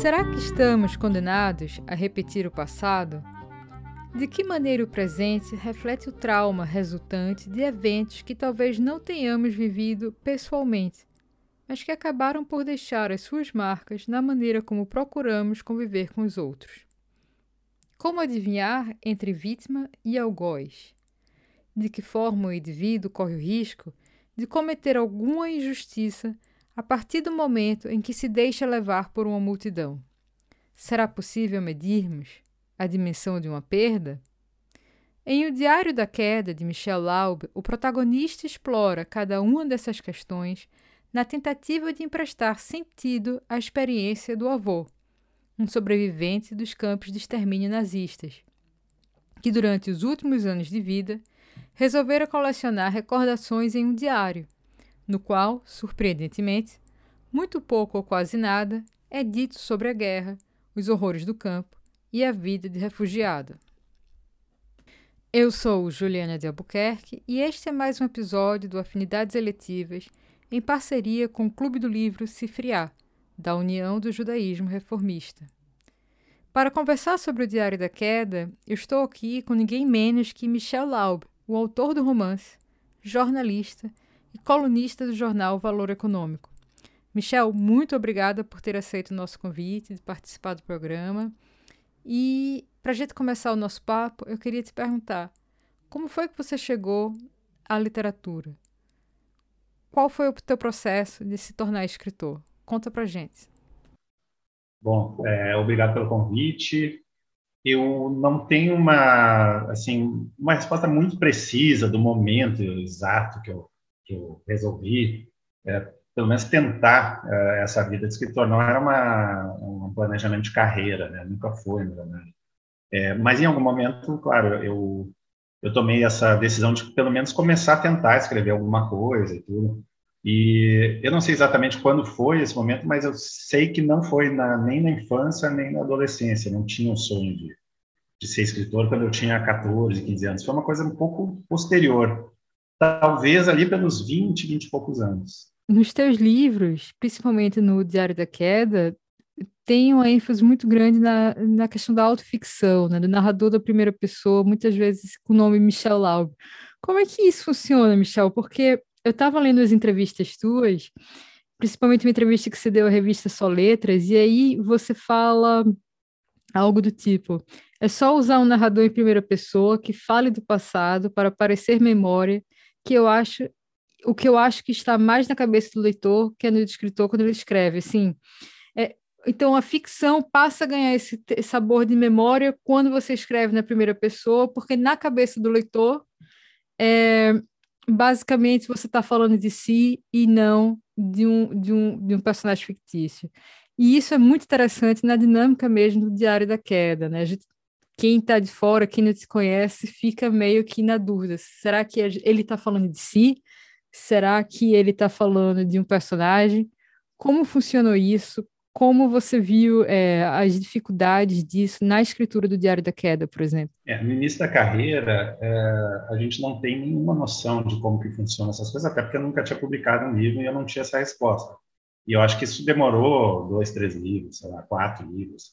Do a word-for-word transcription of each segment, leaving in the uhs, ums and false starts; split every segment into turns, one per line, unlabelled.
Será que estamos condenados a repetir o passado? De que maneira o presente reflete o trauma resultante de eventos que talvez não tenhamos vivido pessoalmente, mas que acabaram por deixar as suas marcas na maneira como procuramos conviver com os outros? Como adivinhar entre vítima e algoz? De que forma o indivíduo corre o risco de cometer alguma injustiça a partir do momento em que se deixa levar por uma multidão? Será possível medirmos a dimensão de uma perda? Em O Diário da Queda, de Michel Laub, o protagonista explora cada uma dessas questões na tentativa de emprestar sentido à experiência do avô, um sobrevivente dos campos de extermínio nazistas, que durante os últimos anos de vida resolvera colecionar recordações em um diário, no qual, surpreendentemente, muito pouco ou quase nada é dito sobre a guerra, os horrores do campo e a vida de refugiado. Eu sou Juliana de Albuquerque e este é mais um episódio do Afinidades Eletivas em parceria com o Clube do Livro Cifriá, da União do Judaísmo Reformista. Para conversar sobre o Diário da Queda, eu estou aqui com ninguém menos que Michel Laub, o autor do romance, jornalista e colunista do jornal Valor Econômico. Michel, muito obrigada por ter aceito o nosso convite de participar do programa. E, para a gente começar o nosso papo, eu queria te perguntar, como foi que você chegou à literatura? Qual foi o teu processo de se tornar escritor? Conta pra gente.
Bom, é, obrigado pelo convite. Eu não tenho uma, assim, uma resposta muito precisa do momento exato que eu, que eu resolvi, é, pelo menos tentar é, essa vida de escritor. Não era uma, um planejamento de carreira, né? Nunca foi, na verdade. É, mas em algum momento, claro, eu, eu tomei essa decisão de pelo menos começar a tentar escrever alguma coisa e tudo. E eu não sei exatamente quando foi esse momento, mas eu sei que não foi na, nem na infância, nem na adolescência. Não tinha o sonho de, de ser escritor quando eu tinha catorze, quinze anos. Foi uma coisa um pouco posterior. Talvez ali pelos vinte, vinte e poucos anos.
Nos teus livros, principalmente no Diário da Queda, tem uma ênfase muito grande na, na questão da autoficção, né? Do narrador da primeira pessoa, muitas vezes com o nome Michel Laub. Como é que isso funciona, Michel? Porque eu estava lendo as entrevistas tuas, principalmente uma entrevista que você deu à revista Só Letras, e aí você fala algo do tipo: é só usar um narrador em primeira pessoa que fale do passado para parecer memória, que eu acho, o que eu acho que está mais na cabeça do leitor que é no escritor quando ele escreve, assim. É, então, a ficção passa a ganhar esse, esse sabor de memória quando você escreve na primeira pessoa, porque na cabeça do leitor, é, basicamente, você está falando de si e não de um, de, um, de um personagem fictício. E isso é muito interessante na dinâmica mesmo do Diário da Queda, né? A gente, quem está de fora, quem não te conhece, fica meio que na dúvida. Será que ele está falando de si? Será que ele está falando de um personagem? Como funcionou isso? Como você viu é, as dificuldades disso na escritura do Diário da Queda, por exemplo?
É, no início da carreira, é, a gente não tem nenhuma noção de como que funcionam essas coisas, até porque eu nunca tinha publicado um livro e eu não tinha essa resposta. E eu acho que isso demorou dois, três livros, sei lá, quatro livros,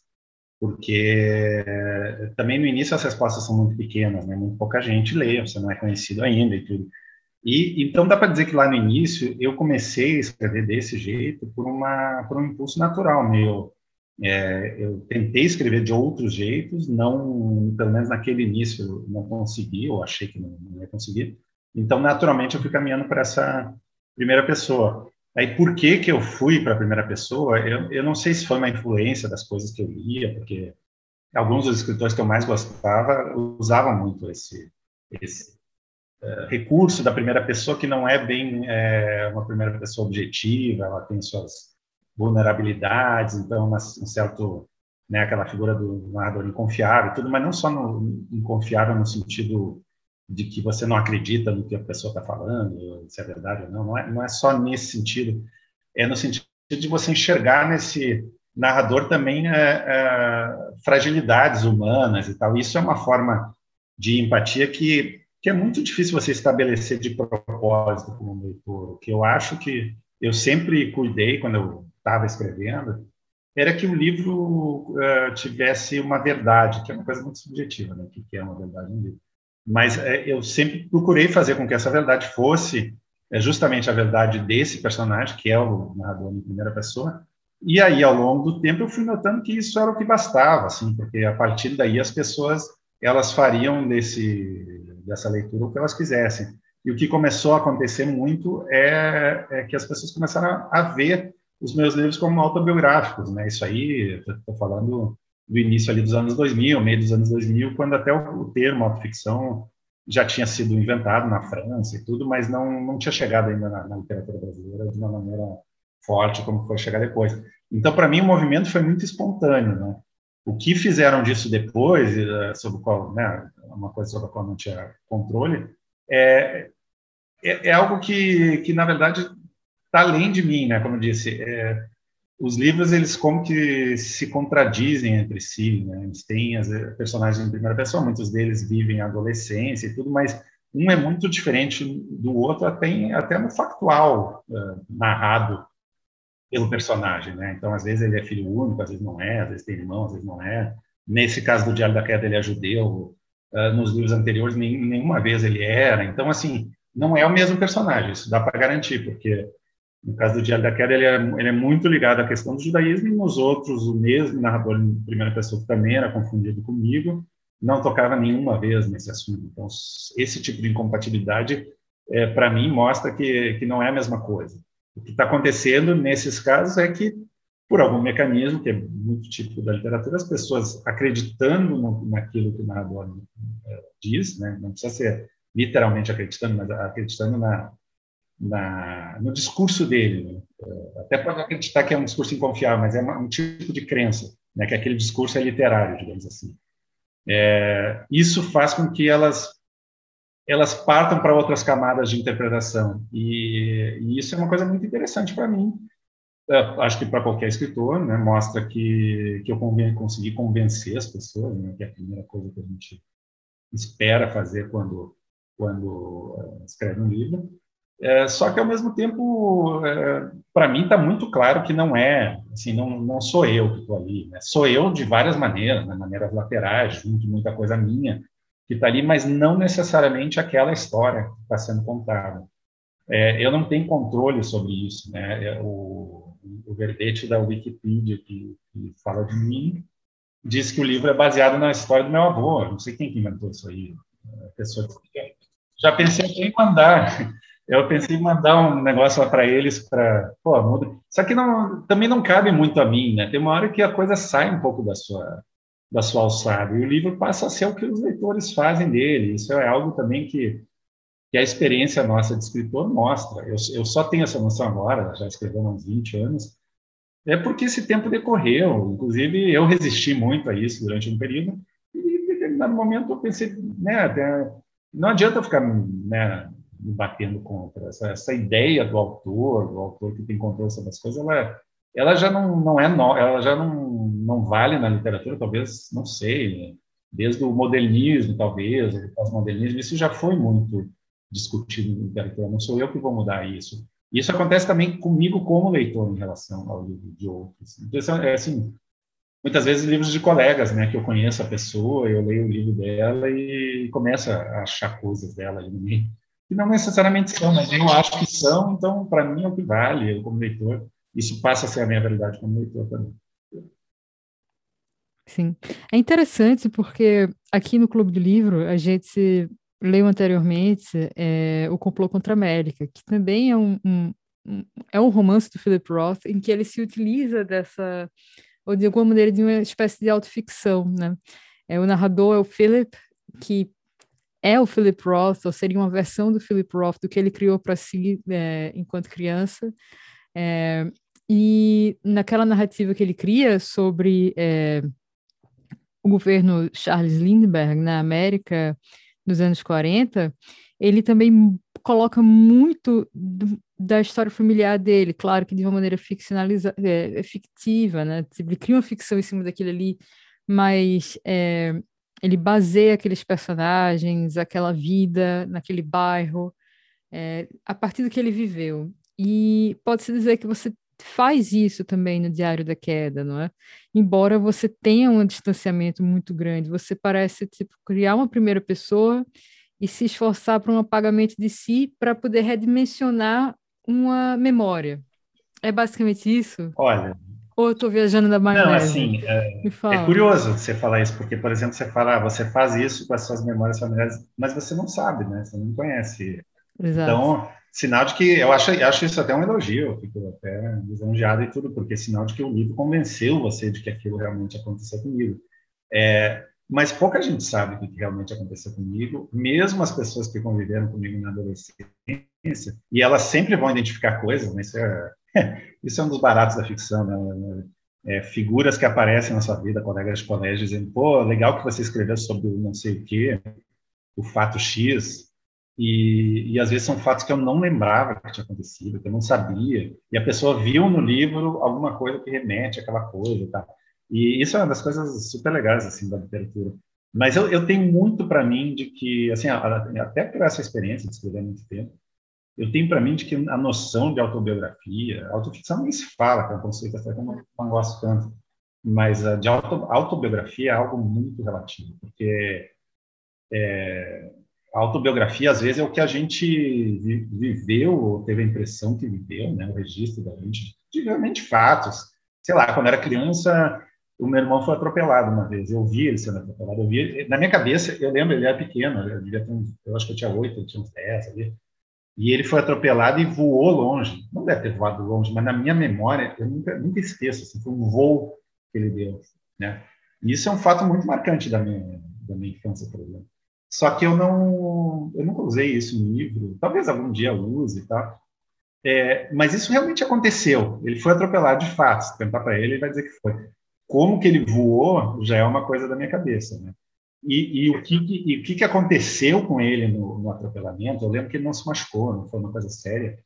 porque é, também no início as respostas são muito pequenas, né? Muito pouca gente lê, você não é conhecido ainda e tudo. E então dá para dizer que lá no início eu comecei a escrever desse jeito por uma por um impulso natural meu. É, eu tentei escrever de outros jeitos, não, pelo menos naquele início eu não consegui, ou achei que não, não ia conseguir. Então naturalmente eu fui caminhando para essa primeira pessoa. Aí por que que eu fui para a primeira pessoa? Eu, eu não sei se foi uma influência das coisas que eu lia, porque alguns dos escritores que eu mais gostava usavam muito esse esse recurso da primeira pessoa, que não é bem é, uma primeira pessoa objetiva, ela tem suas vulnerabilidades, então um certo, né, aquela figura do narrador inconfiável e tudo, mas não só no inconfiável no sentido de que você não acredita no que a pessoa está falando, se é verdade ou não, não é, não é só nesse sentido, é no sentido de você enxergar nesse narrador também é, é, fragilidades humanas e tal. Isso é uma forma de empatia que que é muito difícil você estabelecer de propósito como leitor. O que eu acho que eu sempre cuidei, quando eu estava escrevendo, era que o livro uh, tivesse uma verdade, que é uma coisa muito subjetiva, né? O que é uma verdade no livro. Mas uh, eu sempre procurei fazer com que essa verdade fosse uh, justamente a verdade desse personagem, que é o narrador em primeira pessoa. E aí, ao longo do tempo, eu fui notando que isso era o que bastava, assim, porque a partir daí as pessoas elas fariam desse, dessa leitura o que elas quisessem. E o que começou a acontecer muito é, é que as pessoas começaram a, a ver os meus livros como autobiográficos, né? Isso aí, estou falando do início ali dos anos dois mil, meio dos anos dois mil, quando até o, o termo autoficção já tinha sido inventado na França e tudo, mas não, não tinha chegado ainda na, na literatura brasileira de uma maneira forte como foi chegar depois. Então, para mim, o movimento foi muito espontâneo, né? O que fizeram disso depois, sobre o qual, né, uma coisa sobre a qual não tinha controle, é, é, é algo que, que, na verdade, está além de mim, né? Como eu disse, é, os livros, eles como que se contradizem entre si, né? Eles têm as personagens em primeira pessoa, muitos deles vivem a adolescência e tudo, mas um é muito diferente do outro, até, até no factual uh, narrado pelo personagem, né? Então, às vezes ele é filho único, às vezes não é, às vezes tem irmão, às vezes não é. Nesse caso do Diário da Queda, ele é judeu. Uh, nos livros anteriores, nem, nenhuma vez ele era. Então, assim, não é o mesmo personagem, isso dá para garantir, porque no caso do Diário da Queda, ele é, ele é muito ligado à questão do judaísmo, e nos outros, o mesmo narrador em primeira pessoa, que também era confundido comigo, não tocava nenhuma vez nesse assunto. Então, esse tipo de incompatibilidade, é, para mim, mostra que, que não é a mesma coisa. O que está acontecendo nesses casos é que, por algum mecanismo, que é muito típico da literatura, as pessoas acreditando no, naquilo que o narrador é, diz, né? Não precisa ser literalmente acreditando, mas acreditando na, na, no discurso dele. Né? Até pode acreditar que é um discurso inconfiável, mas é uma, um tipo de crença, né? Que aquele discurso é literário, digamos assim. É, isso faz com que elas elas partam para outras camadas de interpretação. E, e isso é uma coisa muito interessante para mim. Eu acho que para qualquer escritor, né, mostra que, que eu conven consegui convencer as pessoas, né, que é a primeira coisa que a gente espera fazer quando, quando uh, escreve um livro. É, só que, ao mesmo tempo, é, para mim está muito claro que não é, assim, não, não sou eu que estou ali. Né? Sou eu de várias maneiras, né, maneiras laterais, junto muita coisa minha, que está ali, mas não necessariamente aquela história que está sendo contada. É, eu não tenho controle sobre isso, né? É, o, o verbete da Wikipedia que, que fala de mim diz que o livro é baseado na história do meu avô. Eu não sei quem que inventou isso aí. A pessoa já pensei em mandar. Eu pensei em mandar um negócio lá para eles para, pô, muda. Só que não, também não cabe muito a mim, né? Tem uma hora que a coisa sai um pouco da sua da sua alçada. E o livro passa a ser o que os leitores fazem dele. Isso é algo também que, que a experiência nossa de escritor mostra. Eu, eu só tenho essa noção agora, já escrevendo há uns vinte anos, é porque esse tempo decorreu. Inclusive, eu resisti muito a isso durante um período. E, em determinado momento, eu pensei, né, até, não adianta eu ficar, né, me batendo contra. Essa, essa ideia do autor, do autor que tem controle sobre as coisas, ela ela já não, não é no, ela já não, não vale na literatura, talvez, não sei, né? Desde o modernismo, talvez, o pós-modernismo, isso já foi muito discutido na literatura, não sou eu que vou mudar isso. Isso acontece também comigo como leitor em relação ao livro de outros. Então, é assim, muitas vezes livros de colegas, né, que eu conheço a pessoa, eu leio o livro dela e começo a achar coisas dela ali no meio, que não necessariamente são, mas eu acho que são, então, para mim, é o que vale, eu como leitor. Isso passa a ser a minha realidade como leitor também.
Sim. É interessante porque aqui no Clube do Livro a gente leu anteriormente é, O Complô contra a América, que também é um, um, um, é um romance do Philip Roth em que ele se utiliza dessa, ou de alguma maneira, de uma espécie de autoficção, né? É, o narrador é o Philip, que é o Philip Roth, ou seria uma versão do Philip Roth do que ele criou para si é, enquanto criança. É, e naquela narrativa que ele cria sobre é, o governo Charles Lindbergh na América nos anos quarenta, ele também coloca muito do, da história familiar dele, claro que de uma maneira ficcionalizada, é, é fictiva, né? Ele cria uma ficção em cima daquilo ali, mas é, ele baseia aqueles personagens, aquela vida naquele bairro, é, a partir do que ele viveu. E pode-se dizer que você faz isso também no Diário da Queda, não é? Embora você tenha um distanciamento muito grande, você parece tipo criar uma primeira pessoa e se esforçar para um apagamento de si para poder redimensionar uma memória. É basicamente isso?
Olha,
Ou eu estou viajando na
não,
maionese?
assim, é,
Me
é
fala.
curioso você falar isso, porque, por exemplo, você fala, ah, você faz isso com as suas memórias familiares, mas você não sabe, né? Você não conhece.
Exato.
Então, sinal de que, eu acho, eu acho isso até um elogio, eu fico até lisonjeado e tudo, porque é sinal de que o livro convenceu você de que aquilo realmente aconteceu comigo. É, mas pouca gente sabe o que realmente aconteceu comigo, mesmo as pessoas que conviveram comigo na adolescência, e elas sempre vão identificar coisas, né? Isso é, isso é um dos baratos da ficção, né? É, figuras que aparecem na sua vida, colegas de colégio, dizendo, pô, legal que você escreveu sobre o não sei o quê, o fato X, e, e às vezes são fatos que eu não lembrava que tinha acontecido, que eu não sabia, e a pessoa viu no livro alguma coisa que remete àquela coisa, tá? E isso é uma das coisas super legais, assim, da literatura. Mas eu, eu tenho muito para mim de que, assim, até por essa experiência de escrever há muito tempo, eu tenho para mim de que a noção de autobiografia, autoficção nem se fala, que é um conceito até que eu não, não gosto tanto, mas a de auto, autobiografia é algo muito relativo, porque a autobiografia, às vezes, é o que a gente vi, viveu, ou teve a impressão que viveu, né, o registro da gente, de realmente fatos. Sei lá, quando eu era criança, o meu irmão foi atropelado uma vez, eu vi ele sendo atropelado, eu vi, na minha cabeça, eu lembro, ele era pequeno, eu, devia ter uns, eu acho que eu tinha oito, ele tinha uns dez ali, e ele foi atropelado e voou longe. Não deve ter voado longe, mas na minha memória, eu nunca, nunca esqueço. Assim, foi um voo que ele deu. Né? E isso é um fato muito marcante da minha, da minha infância, por exemplo. Só que eu não, eu nunca usei isso em livro. Talvez algum dia eu use e tal. É, mas isso realmente aconteceu. Ele foi atropelado de fato. Se perguntar para ele, ele vai dizer que foi. Como que ele voou já é uma coisa da minha cabeça, né? E, e, o, que, e o que, que aconteceu com ele no, no atropelamento? Eu lembro que ele não se machucou, não foi uma coisa séria.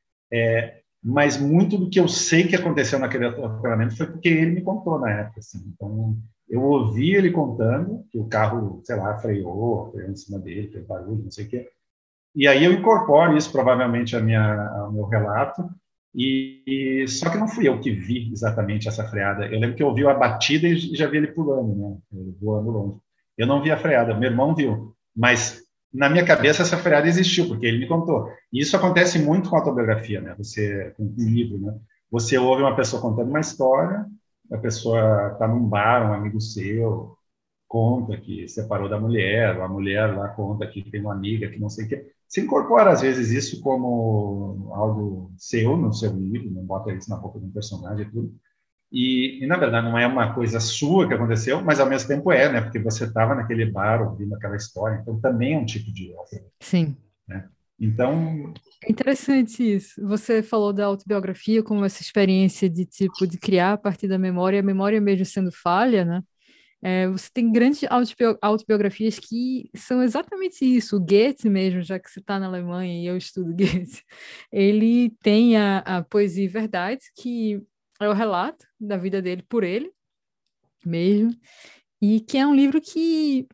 É, mas muito do que eu sei que aconteceu naquele atropelamento foi porque ele me contou na época. Assim. Então, eu ouvi ele contando que o carro, sei lá, freou, freou em cima dele, fez barulho, não sei o quê. E aí eu incorporo isso provavelmente a minha, ao meu relato. E, e só que não fui eu que vi exatamente essa freada. Eu lembro que eu ouvi a batida e já vi ele pulando, né, voando longe. Eu não vi a freada, meu irmão viu, mas na minha cabeça essa freada existiu porque ele me contou. E isso acontece muito com a autobiografia, né? Você com um livro, né? Você ouve uma pessoa contando uma história, a pessoa está num bar, um amigo seu conta que separou da mulher, a mulher lá conta que tem uma amiga que não sei o quê. Você incorpora, às vezes, isso como algo seu, no seu livro, não bota isso na boca de um personagem e tudo. E, e, na verdade, não é uma coisa sua que aconteceu, mas, ao mesmo tempo, é, né? Porque você estava naquele bar ouvindo aquela história, então também é um tipo de obra,
Sim.
né? Então...
É interessante isso. Você falou da autobiografia como essa experiência de tipo de criar a partir da memória, a memória mesmo sendo falha, né? É, você tem grandes autobio- autobiografias que são exatamente isso. O Goethe mesmo, já que você está na Alemanha e eu estudo Goethe, ele tem a, a Poesia e Verdade, que é o relato da vida dele por ele mesmo, e que é um livro que,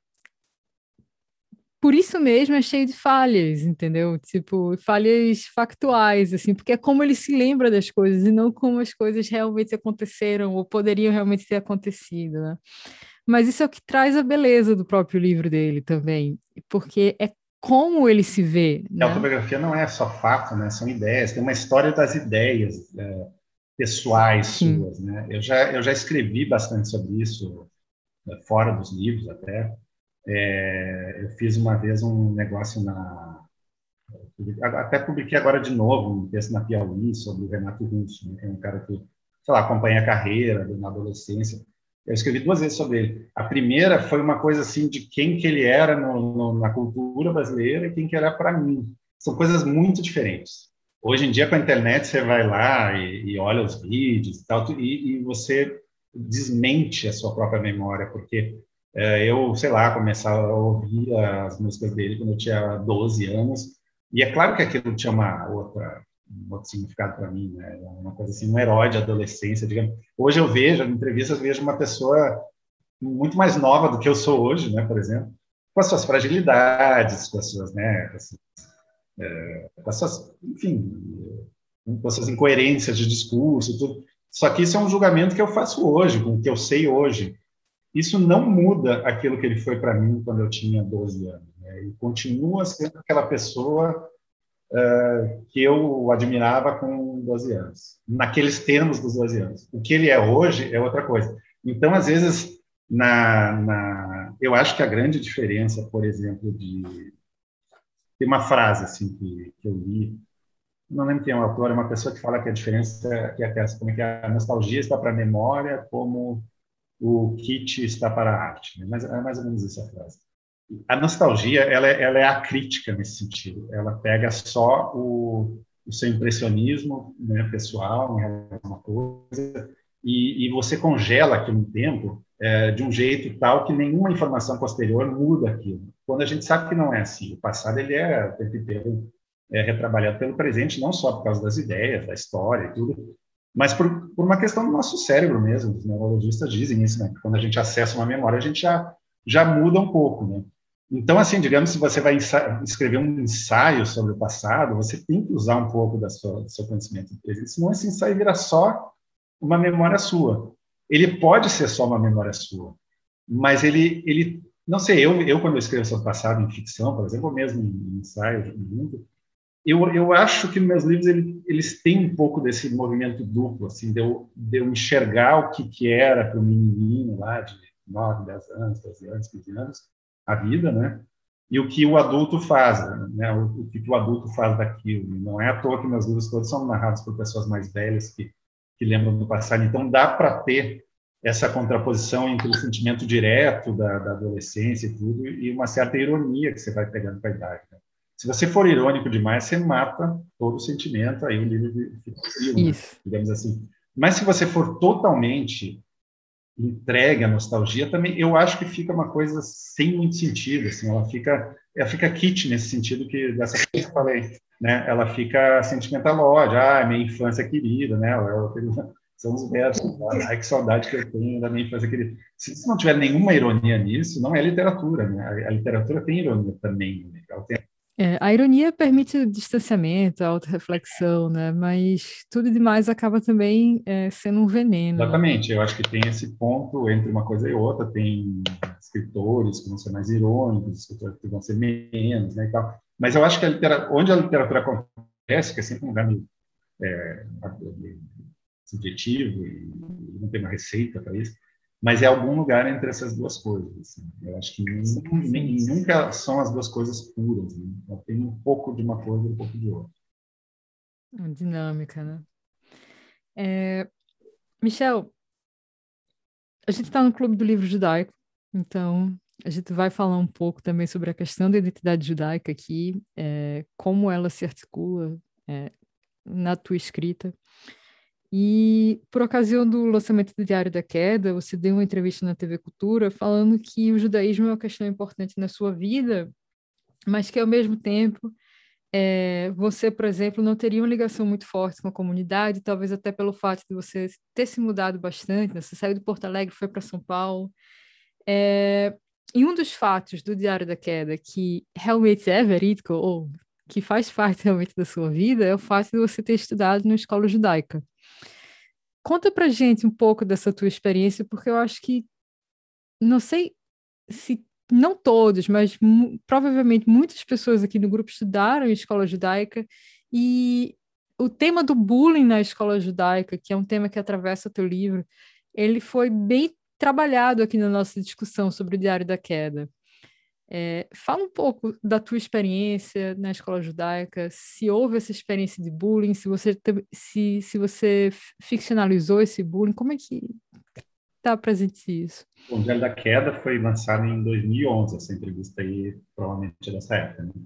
por isso mesmo, é cheio de falhas, entendeu? Tipo, falhas factuais, assim, porque é como ele se lembra das coisas e não como as coisas realmente aconteceram ou poderiam realmente ter acontecido, né? Mas isso é o que traz a beleza do próprio livro dele também, porque é como ele se vê,
A
né?
autobiografia não é só fato, né? São ideias, tem uma história das ideias é, pessoais
Sim,
suas, né? Eu já, eu já escrevi bastante sobre isso, é, fora dos livros até. É, eu fiz uma vez um negócio na... Até publiquei agora de novo um texto na Piauí sobre o Renato Russo, né, que é um cara que, sei lá, acompanha a carreira na adolescência. Eu escrevi duas vezes sobre ele. A primeira foi uma coisa assim de quem que ele era no, no, na cultura brasileira e quem que era para mim. São coisas muito diferentes. Hoje em dia, com a internet, você vai lá e, e olha os vídeos e tal, e, e você desmente a sua própria memória, porque é, eu, sei lá, começava a ouvir as músicas dele quando eu tinha doze anos, e é claro que aquilo tinha uma outra, um outro significado para mim, né? Uma coisa assim, um herói de adolescência, digamos. Hoje eu vejo, em entrevistas, vejo uma pessoa muito mais nova do que eu sou hoje, né, por exemplo, com as suas fragilidades, com as suas, né, com as, é, com as suas, enfim, com essas incoerências de discurso e tudo. Só que isso é um julgamento que eu faço hoje, com o que eu sei hoje. Isso não muda aquilo que ele foi para mim quando eu tinha doze anos. Né? Ele continua sendo aquela pessoa uh, que eu admirava com doze anos, naqueles termos dos doze anos. O que ele é hoje é outra coisa. Então, às vezes, na, na, eu acho que a grande diferença, por exemplo, de... Tem uma frase assim, que, que eu li, não lembro quem é o autor, é uma pessoa que fala que a diferença que é, como é que a nostalgia está para a memória, como o kit está para a arte. Né? Mas é mais ou menos essa frase. A nostalgia, ela é, ela é a crítica nesse sentido. Ela pega só o, o seu impressionismo, né, pessoal em relação a uma coisa e, e você congela aquilo no tempo é, de um jeito tal que nenhuma informação posterior muda aquilo. Quando a gente sabe que não é assim. O passado ele é o tempo inteiro é, retrabalhado pelo presente, não só por causa das ideias, da história e tudo, mas por, por uma questão do nosso cérebro mesmo. Os neurologistas dizem isso, né? Que quando a gente acessa uma memória, a gente já, já muda um pouco, né? Então, assim, digamos, se você vai escrever um ensaio sobre o passado, você tem que usar um pouco da sua, do seu conhecimento do presente, senão esse ensaio vira só uma memória sua. Ele pode ser só uma memória sua, mas ele, ele não sei, eu, eu quando eu escrevo sobre o passado em ficção, por exemplo, ou mesmo em ensaio, eu, eu acho que meus livros eles, eles têm um pouco desse movimento duplo, assim, de eu, de eu enxergar o que, que era para o menininho lá de nove, dez anos, doze anos, quinze anos, a vida, né? E o que o adulto faz, né? O, o que o adulto faz daquilo. Não é à toa que meus livros todos são narrados por pessoas mais velhas que, que lembram do passado. Então, dá para ter essa contraposição entre o sentimento direto da, da adolescência e tudo e uma certa ironia que você vai pegando com a idade, né? Se você for irônico demais, você mata todo o sentimento, aí o livro fica frio, né? Digamos assim. Mas se você for totalmente entregue à nostalgia, também eu acho que fica uma coisa sem muito sentido, assim, ela fica, ela fica kit nesse sentido que dessa coisa que eu falei, né? Ela fica sentimentalóide, ah, minha infância querida, né? São os versos, ai que saudade que eu tenho da minha infância querida. Se não tiver nenhuma ironia nisso, não é literatura, né? A, a literatura tem ironia também, né? Ela tem...
É, a ironia permite o distanciamento, a autorreflexão, né? Mas tudo demais acaba também é, sendo um veneno.
Exatamente, eu acho que tem esse ponto entre uma coisa e outra, tem escritores que vão ser mais irônicos, escritores que vão ser menos, né, e tal. Mas eu acho que a literatura, onde a literatura acontece, que é sempre um lugar meio, é, subjetivo e não tem uma receita para isso, mas é algum lugar entre essas duas coisas. Assim. Eu acho que nem, nem, nunca são as duas coisas puras. Né? Tem um pouco de uma coisa e um pouco de outra.
Uma dinâmica, né? É... Michel, a gente está no Clube do Livro Judaico, então a gente vai falar um pouco também sobre a questão da identidade judaica aqui, é, como ela se articula é, na tua escrita. E, por ocasião do lançamento do Diário da Queda, você deu uma entrevista na T V Cultura falando que o judaísmo é uma questão importante na sua vida, mas que, ao mesmo tempo, é, você, por exemplo, não teria uma ligação muito forte com a comunidade, talvez até pelo fato de você ter se mudado bastante, né? Você saiu de Porto Alegre, foi para São Paulo. É, e um dos fatos do Diário da Queda que realmente é verídico, ou que faz parte realmente da sua vida, é o fato de você ter estudado na escola judaica. Conta pra gente um pouco dessa tua experiência, porque eu acho que, não sei se não todos, mas mu- provavelmente muitas pessoas aqui no grupo estudaram em escola judaica e o tema do bullying na escola judaica, que é um tema que atravessa o teu livro, ele foi bem trabalhado aqui na nossa discussão sobre o Diário da Queda. É, fala um pouco da tua experiência na escola judaica, se houve essa experiência de bullying, se você, te- se, se você ficcionalizou esse bullying, como é que está presente isso?
O Diário da Queda foi lançado em dois mil e onze, essa entrevista aí provavelmente é dessa época, né?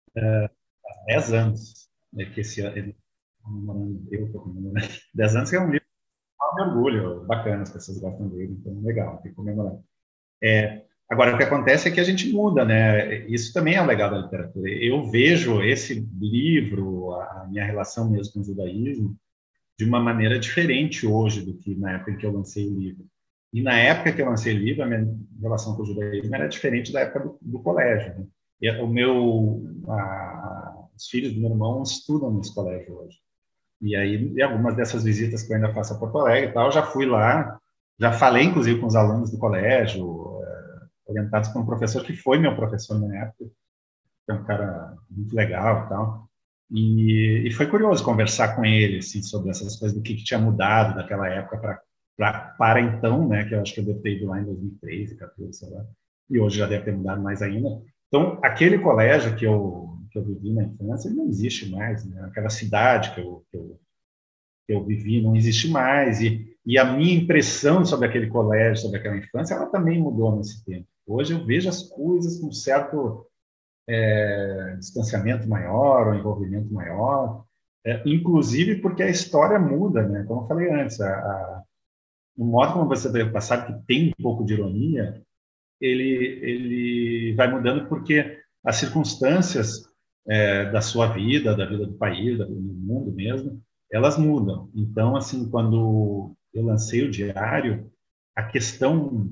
Há dez anos, né, que esse ano, ele, eu tô comemorando, dez anos que é um livro de orgulho, bacana, as pessoas gostam dele, então legal, tem que comemorar. É, agora, o que acontece é que a gente muda, né? Isso também é o legal da literatura. Eu vejo esse livro, a minha relação mesmo com o judaísmo, de uma maneira diferente hoje do que na época em que eu lancei o livro. E na época que eu lancei o livro, a minha relação com o judaísmo era diferente da época do, do colégio. Né? E o meu, a, os filhos do meu irmão estudam nesse colégio hoje. E aí, e algumas dessas visitas que eu ainda faço a Porto Alegre e tal, já fui lá, já falei, inclusive, com os alunos do colégio, é, orientados por um professor que foi meu professor na época, que é um cara muito legal e tal. E, e foi curioso conversar com ele, assim, sobre essas coisas, do que, que tinha mudado daquela época pra, pra, para então, né, que eu acho que eu devo ter ido lá em dois mil e treze, quatorze, sei lá, e hoje já deve ter mudado mais ainda. Então, aquele colégio que eu, que eu vivi na infância, ele não existe mais, né? Aquela cidade que eu, que eu, que eu vivi não existe mais, e, e a minha impressão sobre aquele colégio, sobre aquela infância, ela também mudou nesse tempo. Hoje eu vejo as coisas com certo é, distanciamento maior, ou envolvimento maior, é, inclusive porque a história muda, né? Como eu falei antes, a, a, o modo como você vê o passado, que tem um pouco de ironia, ele, ele vai mudando porque as circunstâncias é, da sua vida, da vida do país, da vida do mundo mesmo, elas mudam. Então, assim, quando eu lancei o diário, a questão,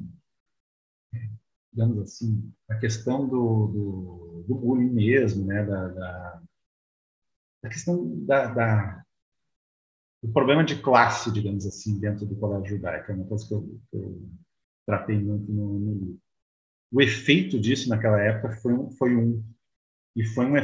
digamos assim, a questão do, do, do bullying mesmo, né, da, da, da questão da, da, do problema de classe, digamos assim, dentro do colégio judaico, é uma coisa que eu, que eu tratei muito no, no livro. O efeito disso naquela época foi um, foi um e foi um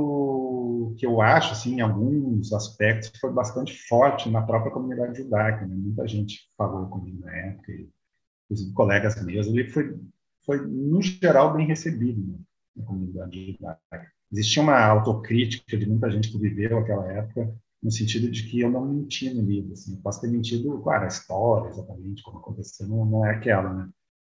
efeito que eu acho, assim, em alguns aspectos, foi bastante forte na própria comunidade judaica, né? Muita gente falou comigo na época, inclusive colegas meus, ele foi, foi no geral bem recebido, né, na comunidade judaica. Existia uma autocrítica de muita gente que viveu aquela época, no sentido de que eu não menti no livro, assim, eu posso ter mentido, claro, a história, exatamente como aconteceu, não, não é aquela, né?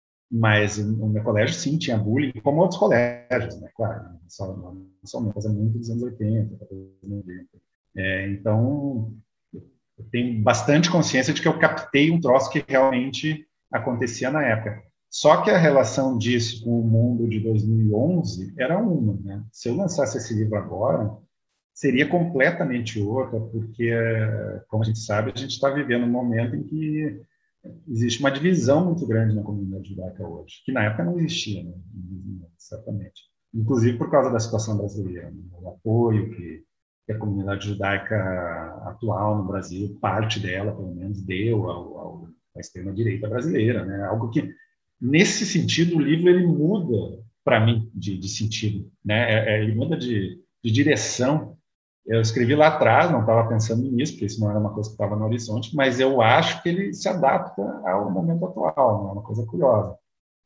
Mas o meu colégio, sim, tinha bullying, como outros colégios, né? Claro, não só, não só uma coisa muito dos anos oitenta, noventa. É, então, eu tenho bastante consciência de que eu captei um troço que realmente acontecia na época. Só que a relação disso com o mundo de dois mil e onze era uma, né? Se eu lançasse esse livro agora, seria completamente outra, porque, como a gente sabe, a gente está vivendo um momento em que existe uma divisão muito grande na comunidade judaica hoje, que na época não existia, né? Certamente. Inclusive por causa da situação brasileira, né? O apoio que, que a comunidade judaica atual no Brasil, parte dela, pelo menos, deu ao, ao, à extrema-direita brasileira, né? Algo que, nesse sentido, o livro ele muda, para mim, de, de sentido, né? É, é, ele muda de, de direção. Eu escrevi lá atrás, não estava pensando nisso, porque isso não era uma coisa que estava no horizonte, mas eu acho que ele se adapta ao momento atual, né? É uma coisa curiosa.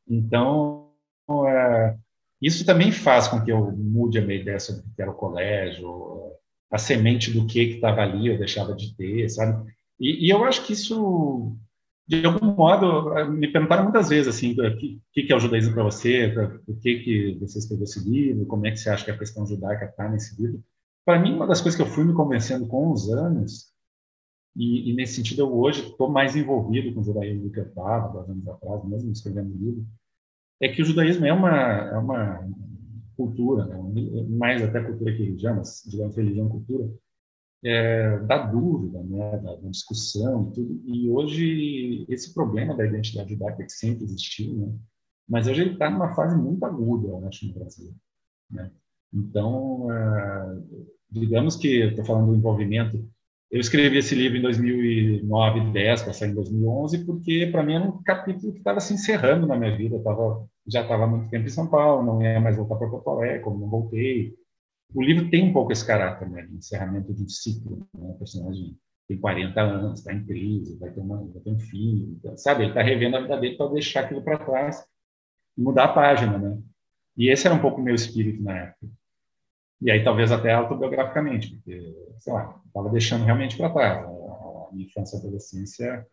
Então, é, isso também faz com que eu mude a minha ideia sobre o que era o colégio, a semente do que estava ali eu deixava de ter, sabe? E, e eu acho que isso, de algum modo, me perguntaram muitas vezes assim, o que, que é o judaísmo para você, por que que você escreveu esse livro, como é que você acha que a questão judaica está nesse livro? Para mim, uma das coisas que eu fui me convencendo com os anos, e, e nesse sentido eu hoje estou mais envolvido com o judaísmo do que eu estava, dois anos atrás, mesmo escrevendo livro, é que o judaísmo é uma, é uma cultura, né? Mais até cultura que religião, mas digamos religião cultura, é, da dúvida, né? da, da discussão e tudo. E hoje esse problema da identidade judaica que sempre existiu, né? Mas hoje ele está numa fase muito aguda, eu acho, no Brasil, né? Então, uh, digamos que, estou falando do envolvimento, eu escrevi esse livro em dois mil e nove, dois mil e dez, para sair em dois mil e onze, porque para mim era um capítulo que estava se encerrando na minha vida. Eu tava, já estava há muito tempo em São Paulo, não ia mais voltar para Porto Alegre, como não voltei. O livro tem um pouco esse caráter, né, de encerramento de um ciclo. Né? O personagem tem quarenta anos, está em crise, vai ter, uma, vai ter um filho, sabe? Ele está revendo a vida dele para deixar aquilo para trás e mudar a página, né? E esse era um pouco o meu espírito na época. E aí talvez até autobiograficamente, porque, sei lá, estava deixando realmente para trás. A minha infância e adolescência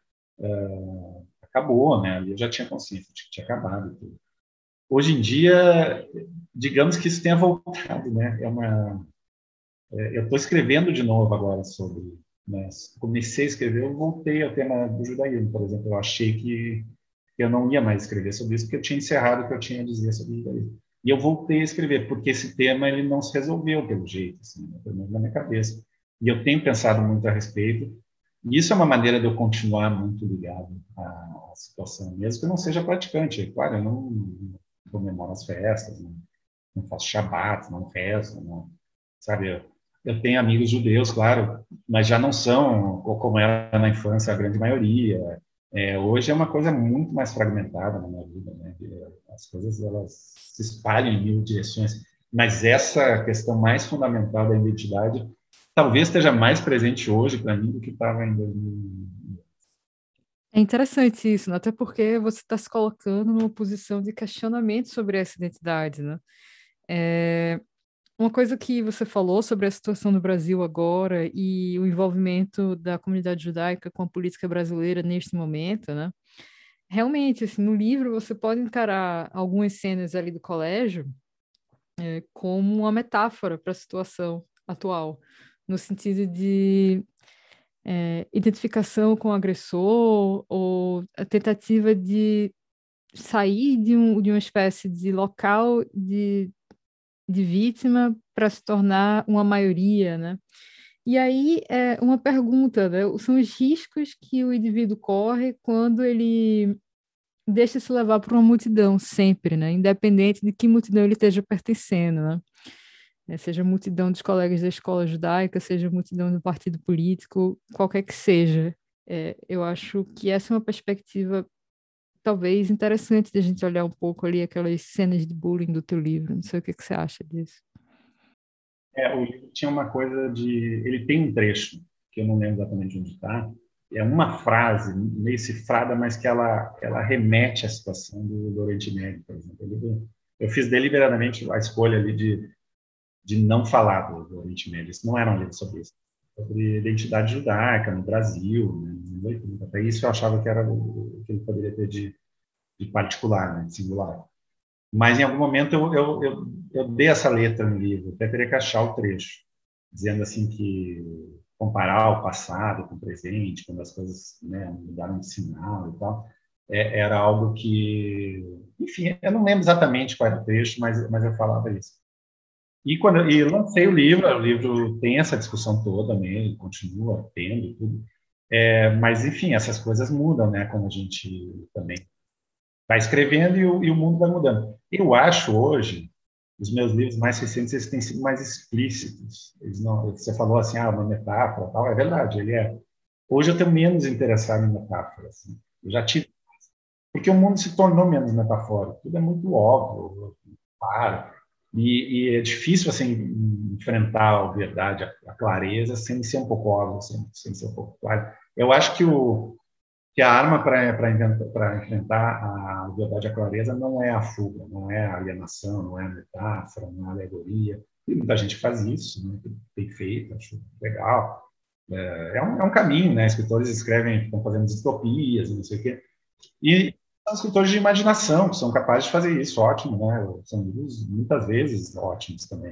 uh, acabou, né? Ali eu já tinha consciência de que tinha acabado. Tudo. Hoje em dia, digamos que isso tenha voltado, né? É uma, é, eu estou escrevendo de novo agora sobre, né? Comecei a escrever, eu voltei ao tema do judaísmo, por exemplo. Eu achei que eu não ia mais escrever sobre isso, porque eu tinha encerrado o que eu tinha a dizer sobre o judaísmo. E eu voltei a escrever, porque esse tema ele não se resolveu pelo jeito, assim, né? Pelo menos na minha cabeça. E eu tenho pensado muito a respeito. E isso é uma maneira de eu continuar muito ligado à, à situação, mesmo que eu não seja praticante. Claro, eu não, não comemoro as festas, não, não faço shabat, não rezo, não, sabe? Eu, eu tenho amigos judeus, claro, mas já não são, ou como era na infância, a grande maioria. É, hoje é uma coisa muito mais fragmentada na minha vida, né? As coisas, elas se espalham em mil direções, mas essa questão mais fundamental da identidade talvez esteja mais presente hoje para mim do que estava em dois mil.
É interessante isso, né? Até porque você está se colocando numa posição de questionamento sobre essa identidade, né? É, uma coisa que você falou sobre a situação do Brasil agora e o envolvimento da comunidade judaica com a política brasileira neste momento, né? Realmente, assim, no livro você pode encarar algumas cenas ali do colégio é, como uma metáfora para a situação atual, no sentido de é, identificação com o agressor ou a tentativa de sair de, um, de uma espécie de local de, de vítima para se tornar uma maioria, né? E aí, é uma pergunta, né? São os riscos que o indivíduo corre quando ele deixa se levar por uma multidão, sempre, né? Independente de que multidão ele esteja pertencendo, né? É, seja multidão dos colegas da escola judaica, seja multidão do partido político, qualquer que seja. É, eu acho que essa é uma perspectiva talvez interessante de a gente olhar um pouco ali aquelas cenas de bullying do teu livro. Não sei o que que você acha disso.
É, o livro tinha uma coisa de. Ele tem um trecho, que eu não lembro exatamente onde está, é uma frase meio cifrada, mas que ela, ela remete à situação do, do Oriente Médio, por exemplo. Eu, eu fiz deliberadamente a escolha ali de, de não falar do, do Oriente Médio. Isso não era um livro sobre isso. Sobre identidade judaica no Brasil, né, nos anos oitenta. Até isso eu achava que era o, o que ele poderia ter de, de particular, né, de singular. Mas em algum momento eu, eu, eu, eu dei essa letra no livro, até teria que achar o trecho, dizendo assim que comparar o passado com o presente, quando as coisas, né, mudaram de sinal e tal, é, era algo que, enfim, eu não lembro exatamente qual era o trecho, mas, mas eu falava isso. E quando eu, e lancei o livro, o livro tem essa discussão toda nele, continua tendo tudo, é, mas enfim, essas coisas mudam, né, como a gente também vai escrevendo e o, e o mundo vai mudando. Eu acho hoje, os meus livros mais recentes, eles têm sido mais explícitos. Eles não, você falou assim, ah, uma metáfora, tal, é verdade, ele é. Hoje eu tenho menos interessado em metáforas. Assim. Eu já tive, porque o mundo se tornou menos metafórico. Tudo é muito óbvio, claro. E, e é difícil assim enfrentar a verdade, a, a clareza, sem ser um pouco óbvio, sem, sem ser um pouco claro. Eu acho que o que a arma para enfrentar a verdade e a clareza não é a fuga, não é a alienação, não é a metáfora, não é a alegoria. Tem muita gente que faz isso, né? Tem feito, acho legal. É, é, um, é um caminho, né? Escritores escrevem, estão fazendo distopias, não sei o quê. E são escritores de imaginação, que são capazes de fazer isso, ótimo, né? São livros, muitas vezes, ótimos também.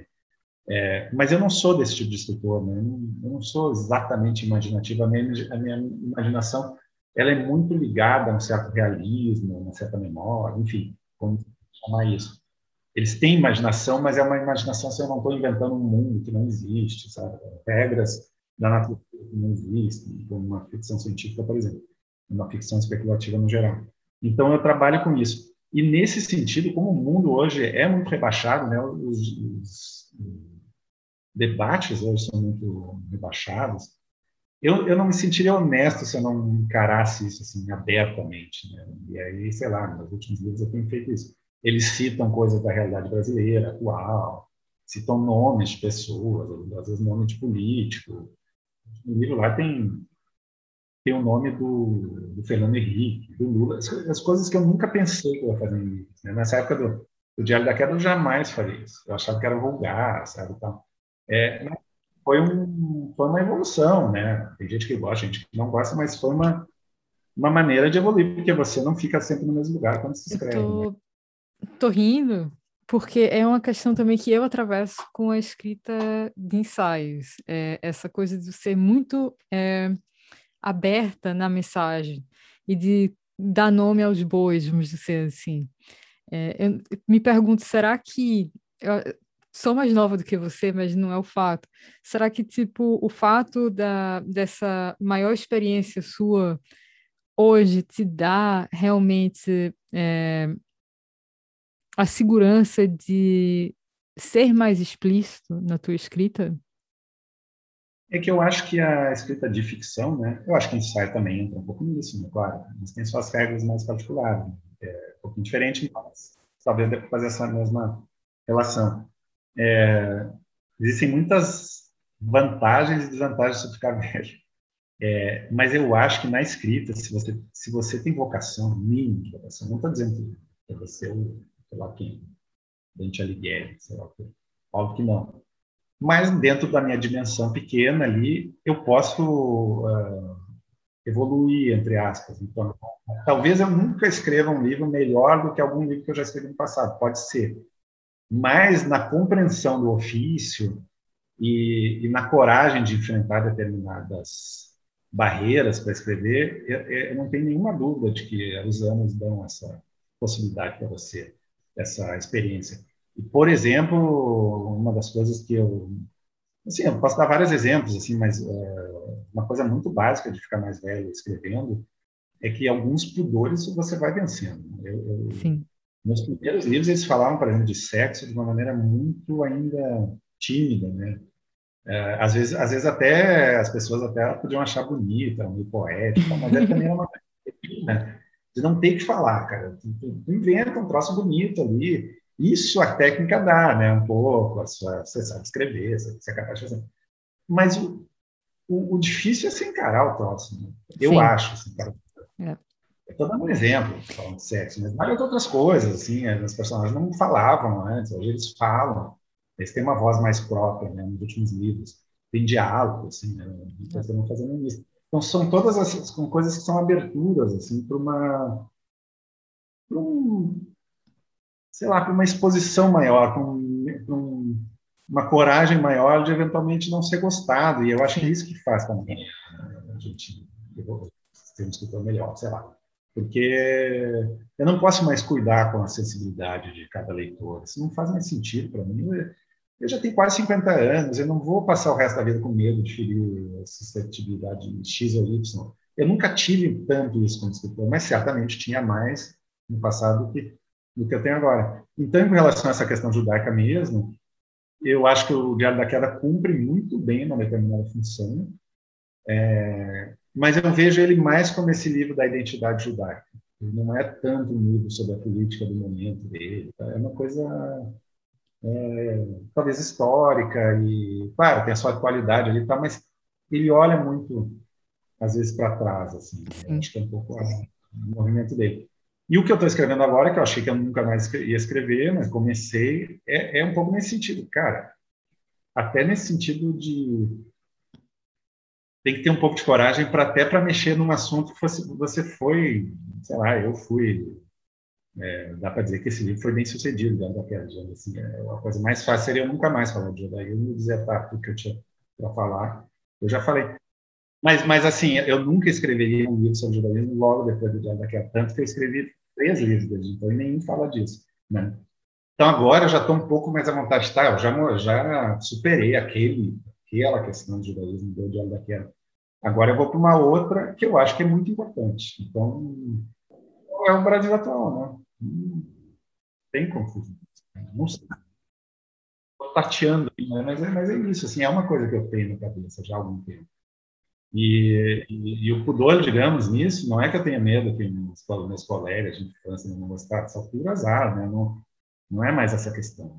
É, mas eu não sou desse tipo de escritor, né? Eu não, eu não sou exatamente imaginativo. A minha, a minha imaginação ela é muito ligada a um certo realismo, a uma certa memória, enfim, como chamar isso. Eles têm imaginação, mas é uma imaginação se eu não estou inventando um mundo que não existe, sabe? Regras da natureza que não existem, como uma ficção científica, por exemplo, uma ficção especulativa no geral. Então eu trabalho com isso. E nesse sentido, como o mundo hoje é muito rebaixado, né? Os, os debates hoje são muito rebaixados. Eu, eu não me sentiria honesto se eu não encarasse isso assim abertamente, né? E aí, sei lá, nos últimos livros eu tenho feito isso. Eles citam coisas da realidade brasileira, atual, citam nomes de pessoas, às vezes nome de político. No livro lá tem tem o nome do, do Fernando Henrique, do Lula, as, as coisas que eu nunca pensei que eu ia fazer em livros, né? Nessa época do, do Diário da Queda eu jamais faria isso. Eu achava que era vulgar, sabe? Então, é, foi, um, foi uma evolução, né? Tem gente que gosta, gente que não gosta, mas foi uma, uma maneira de evoluir, porque você não fica sempre no mesmo lugar quando se
Eu
escreve, né?
tô, tô rindo porque é uma questão também que eu atravesso com a escrita de ensaios. É, essa coisa de ser muito é, aberta na mensagem e de dar nome aos bois, vamos dizer assim. É, eu me pergunto, será que eu sou mais nova do que você, mas não é o fato. Será que tipo o fato da dessa maior experiência sua hoje te dá realmente é, a segurança de ser mais explícito na tua escrita?
É que eu acho que a escrita de ficção, né? Eu acho que ensaio também entra um pouco nisso, né? Claro, mas tem suas regras mais particulares, né? É um pouquinho diferente, mas talvez dê para fazer essa mesma relação. Existem muitas vantagens e desvantagens de ficar velho. É, mas eu acho que na escrita, se você, se você tem vocação, mínimo de vocação, não estou dizendo que você é o, sei lá quem, Dante Alighieri, sei lá o quê. Óbvio que não. Mas dentro da minha dimensão pequena ali, eu posso uh, evoluir, entre aspas. Então, talvez eu nunca escreva um livro melhor do que algum livro que eu já escrevi no passado, pode ser. Mas na compreensão do ofício e, e na coragem de enfrentar determinadas barreiras para escrever, eu, eu não tenho nenhuma dúvida de que os anos dão essa possibilidade para você, essa experiência. E, por exemplo, uma das coisas que eu assim, eu posso dar vários exemplos, assim, mas é, uma coisa muito básica de ficar mais velho escrevendo é que alguns pudores você vai vencendo. Eu, eu,
Sim,
meus primeiros livros, eles falavam, por exemplo, de sexo de uma maneira muito ainda tímida, né? É, às vezes, às vezes até as pessoas até podiam achar bonita, meio poética, mas é também uma coisa, né? De não ter que falar, cara. Tu, tu, tu inventa um troço bonito ali. Isso a técnica dá, né? Um pouco, a sua, você sabe escrever, você é capaz de fazer. Mas o, o, o difícil é se encarar o troço, né? Eu
sim.
acho, assim, cara.
É,
Estou dando um exemplo, falando de sexo, mas várias outras coisas, assim, as personagens não falavam antes, hoje eles falam, eles têm uma voz mais própria, né, nos últimos livros, tem diálogo, assim, né, então
é,
estão fazendo isso. Então, são todas essas com coisas que são aberturas, assim, para uma, pra um, sei lá, para uma exposição maior, para um, pra um, uma coragem maior de eventualmente não ser gostado, e eu acho que é
sim,
isso que faz também, né, a gente ter um escritor melhor, sei lá. Porque eu não posso mais cuidar com a sensibilidade de cada leitor. Isso não faz mais sentido para mim. Eu já tenho quase cinquenta anos, eu não vou passar o resto da vida com medo de ferir a suscetibilidade X ou Y. Eu nunca tive tanto isso como escritor, mas certamente tinha mais no passado do que, do que eu tenho agora. Então, em relação a essa questão judaica mesmo, eu acho que o Diário da Queda cumpre muito bem uma determinada função, mas eu vejo ele mais como esse livro da identidade judaica. Ele não é tanto um livro sobre a política do momento dele. Tá? É uma coisa, talvez, histórica e, claro, tem a sua qualidade ali, tá? Mas ele olha muito, às vezes, para trás. Assim. Eu
sim.
acho que é um pouco a, o movimento dele. E o que eu estou escrevendo agora, que eu achei que eu nunca mais ia escrever, mas comecei, é, é um pouco nesse sentido. Cara, até nesse sentido de tem que ter um pouco de coragem para até para mexer num assunto que você, você foi, sei lá, eu fui, é, dá para dizer que esse livro foi bem sucedido dentro daquela agenda, assim, é, a coisa mais fácil seria eu nunca mais falar de judaísmo e dizer tá, tudo que eu tinha para falar, eu já falei. Mas, mas assim, eu nunca escreveria um livro sobre judaísmo logo depois do Diário daquela, tanto que eu escrevi três livros desde então e nenhum fala disso, né? Então agora eu já estou um pouco mais à vontade, tá? Eu já, já superei aquele, aquela questão do judaísmo do Diário daquela. Agora eu vou para uma outra que eu acho que é muito importante. Então, é o Brasil atual, né? Não tem confusão. Não sei, estou tateando, né? mas, é, mas é isso, assim, é uma coisa que eu tenho na cabeça já há algum tempo. E, e, e o pudor, digamos, nisso, não é que eu tenha medo que meus, meus colegas de infância não gostar dessa altura, azar, né? Não, não é mais essa questão.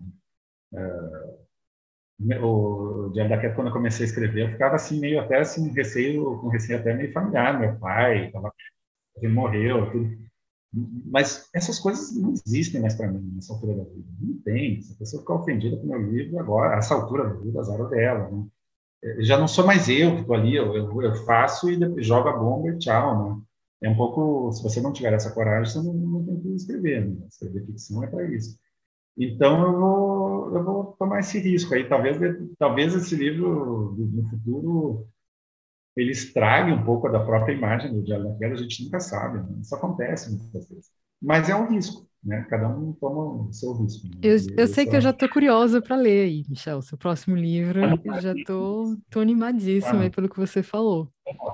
O Diário da Queda, quando eu comecei a escrever, eu ficava assim, meio até assim, receio, com receio até meio familiar. Meu pai, tava, ele morreu, tudo. Mas essas coisas não existem mais para mim nessa altura da vida. Não tem. Se a pessoa ficar ofendida com o meu livro agora, a essa altura da vida, azar dela. Né? Eu já não sou mais eu que estou ali, eu, eu, eu, faço e depois jogo a bomba e tchau. Né? É um pouco, se você não tiver essa coragem, você não, não tem que escrever. Né? Escrever ficção é para isso. Então eu vou, eu vou tomar esse risco aí. Talvez, talvez esse livro no futuro ele estrague um pouco da própria imagem do Diário da Queda, a gente nunca sabe, né? Isso acontece muitas vezes. Mas é um risco, né? Cada um toma o seu risco. Né?
Eu, eu
E
sei
esse
que eu
é
já tô curiosa para ler aí, Michel, seu próximo livro. Já tô, tô animadíssima aí pelo que você falou.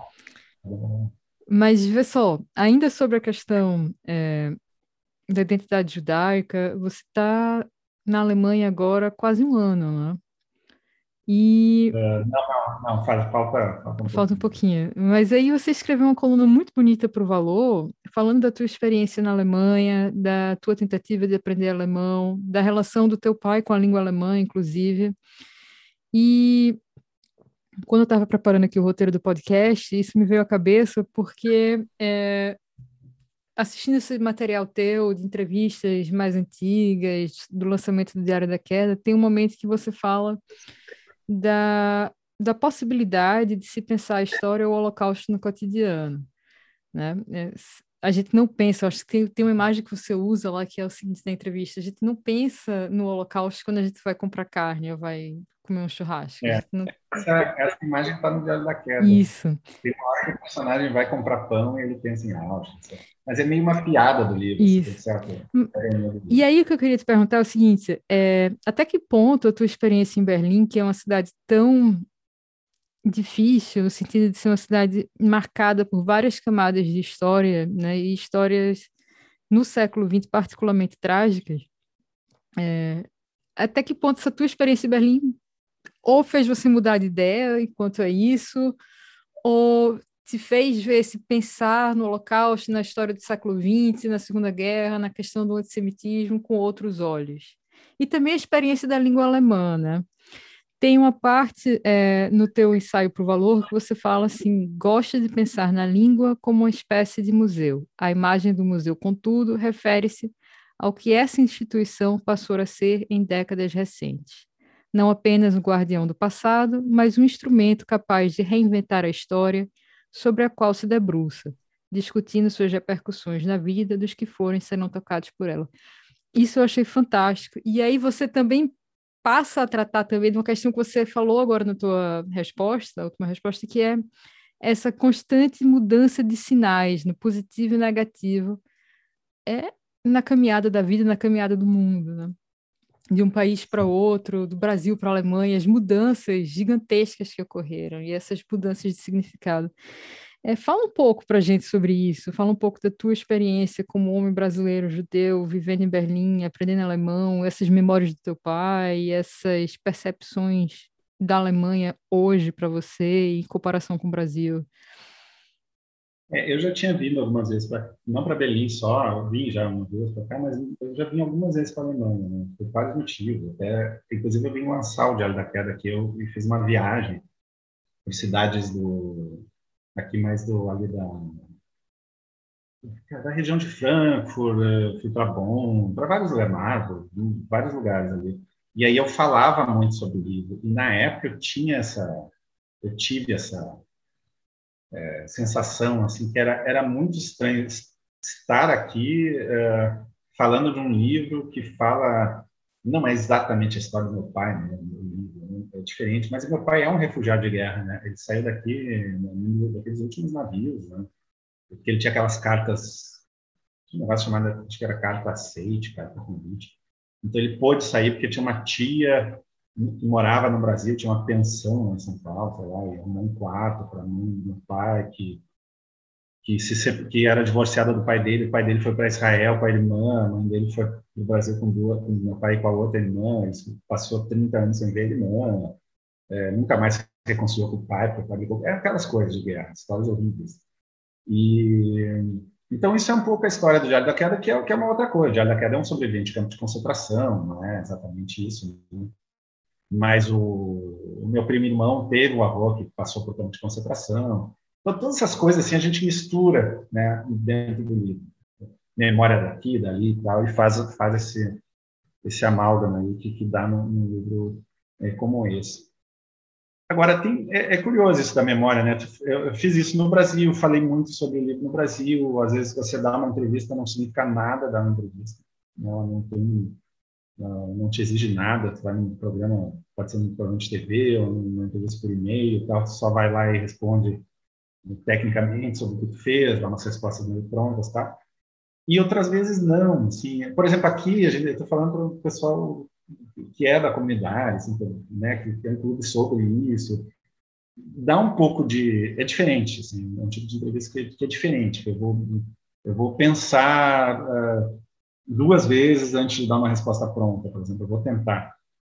Mas vê só, ainda sobre a questão é, da identidade judaica, você está na Alemanha agora há quase um ano, né? E
Uh, não, não, não, faz, falta, falta um
falta um
pouquinho.
pouquinho. Mas aí você escreveu uma coluna muito bonita para o Valor, falando da tua experiência na Alemanha, da tua tentativa de aprender alemão, da relação do teu pai com a língua alemã, inclusive. E quando eu estava preparando aqui o roteiro do podcast, isso me veio à cabeça porque é, assistindo esse material teu de entrevistas mais antigas, do lançamento do Diário da Queda, tem um momento que você fala da, da possibilidade de se pensar a história ou o Holocausto no cotidiano, né? É, s- a gente não pensa, eu acho que tem, tem uma imagem que você usa lá que é o seguinte na entrevista, a gente não pensa no Holocausto quando a gente vai comprar carne ou vai comer um churrasco, a
É,
gente não...
essa, essa imagem está no Diário da Queda.
Isso.
Tem uma hora que o personagem vai comprar pão e ele pensa em Auschwitz. Mas é meio uma piada do livro,
Isso.
certo?
Hum,
É, do
E
livro.
aí o que eu queria te perguntar é o seguinte, é, até que ponto a tua experiência em Berlim, que é uma cidade tão difícil, no sentido de ser uma cidade marcada por várias camadas de história, né, e histórias no século vinte particularmente trágicas, até que ponto essa tua experiência em Berlim ou fez você mudar de ideia enquanto a isso, ou te fez ver se pensar no Holocausto, na história do século vinte, na Segunda Guerra, na questão do antissemitismo com outros olhos. E também a experiência da língua alemã, né? Tem uma parte é, no teu ensaio para o Valor que você fala assim, gosta de pensar na língua como uma espécie de museu. A imagem do museu, contudo, refere-se ao que essa instituição passou a ser em décadas recentes. Não apenas um guardião do passado, mas um instrumento capaz de reinventar a história sobre a qual se debruça, discutindo suas repercussões na vida dos que forem serão tocados por ela. Isso eu achei fantástico. E aí você também passa a tratar também de uma questão que você falou agora na tua resposta, a última resposta, que é essa constante mudança de sinais, no positivo e negativo, é na caminhada da vida, na caminhada do mundo, né? De um país para outro, do Brasil para a Alemanha, as mudanças gigantescas que ocorreram e essas mudanças de significado. É, fala um pouco para a gente sobre isso, fala um pouco da tua experiência como homem brasileiro, judeu, vivendo em Berlim, aprendendo alemão, essas memórias do teu pai, essas percepções da Alemanha hoje para você em comparação com o Brasil.
É, eu já tinha vindo algumas vezes, pra, não para Berlim só, eu vim já uma vez para cá, mas eu já vim algumas vezes para a Alemanha, né? Por vários motivos. Até, inclusive, eu vim lançar o Diário da Queda aqui, eu e fiz uma viagem por cidades do aqui mais do ali da da região de Frankfurt, eh, fui para Bonn, para vários lugares, Marburg, vários lugares ali. E aí eu falava muito sobre o livro. E na época eu tinha essa, eu tive essa eh, sensação assim que era era muito estranho estar aqui eh, falando de um livro que fala não é exatamente a história do meu pai, né? O livro, né? É diferente, mas o meu pai é um refugiado de guerra, né? Ele saiu daqui né, daqueles últimos navios, né? Porque ele tinha aquelas cartas um negócio chamado, acho que era carta aceite, carta convite. Então ele pôde sair porque tinha uma tia que morava no Brasil, tinha uma pensão em São Paulo, sei lá, e arrumou um quarto para mim, meu pai, que que, se, que era divorciada do pai dele, o pai dele foi para Israel com a irmã, a mãe dele foi para o Brasil com, duas, com meu pai e com a outra irmã, ele passou trinta anos sem ver a irmã, é, nunca mais se reconciliou com o pai, porque o pai ligou, é aquelas coisas de guerra, histórias horríveis. E então isso é um pouco a história do Diário da Queda, que é, que é uma outra coisa. O Diário da Queda é um sobrevivente de campo de concentração, não é exatamente isso. Né? Mas o, o meu primo irmão teve um avô que passou por campo de concentração. Então todas essas coisas assim a gente mistura, né, dentro do livro. Memória daqui, dali e tal, e faz faz esse esse amálgama aí que, que dá num, num livro é, como esse. Agora, tem, é, é curioso isso da memória, né? Eu, eu fiz isso no Brasil, falei muito sobre o livro no Brasil. Às vezes você dá uma entrevista, não significa nada dar uma entrevista. Não, não, tem, não, não te exige nada. Tu vai num programa, pode ser num programa de T V ou numa entrevista por e-mail, tal, tu só vai lá e responde tecnicamente sobre o que tu fez, dá umas respostas meio prontas, tá? E outras vezes não, assim. Por exemplo, aqui, a gente, eu estou falando para o pessoal que é da comunidade, assim, né, que tem um clube sobre isso, dá um pouco de... É diferente, assim, é um tipo de entrevista que, que é diferente, que eu vou, eu vou pensar uh, duas vezes antes de dar uma resposta pronta, por exemplo, eu vou tentar.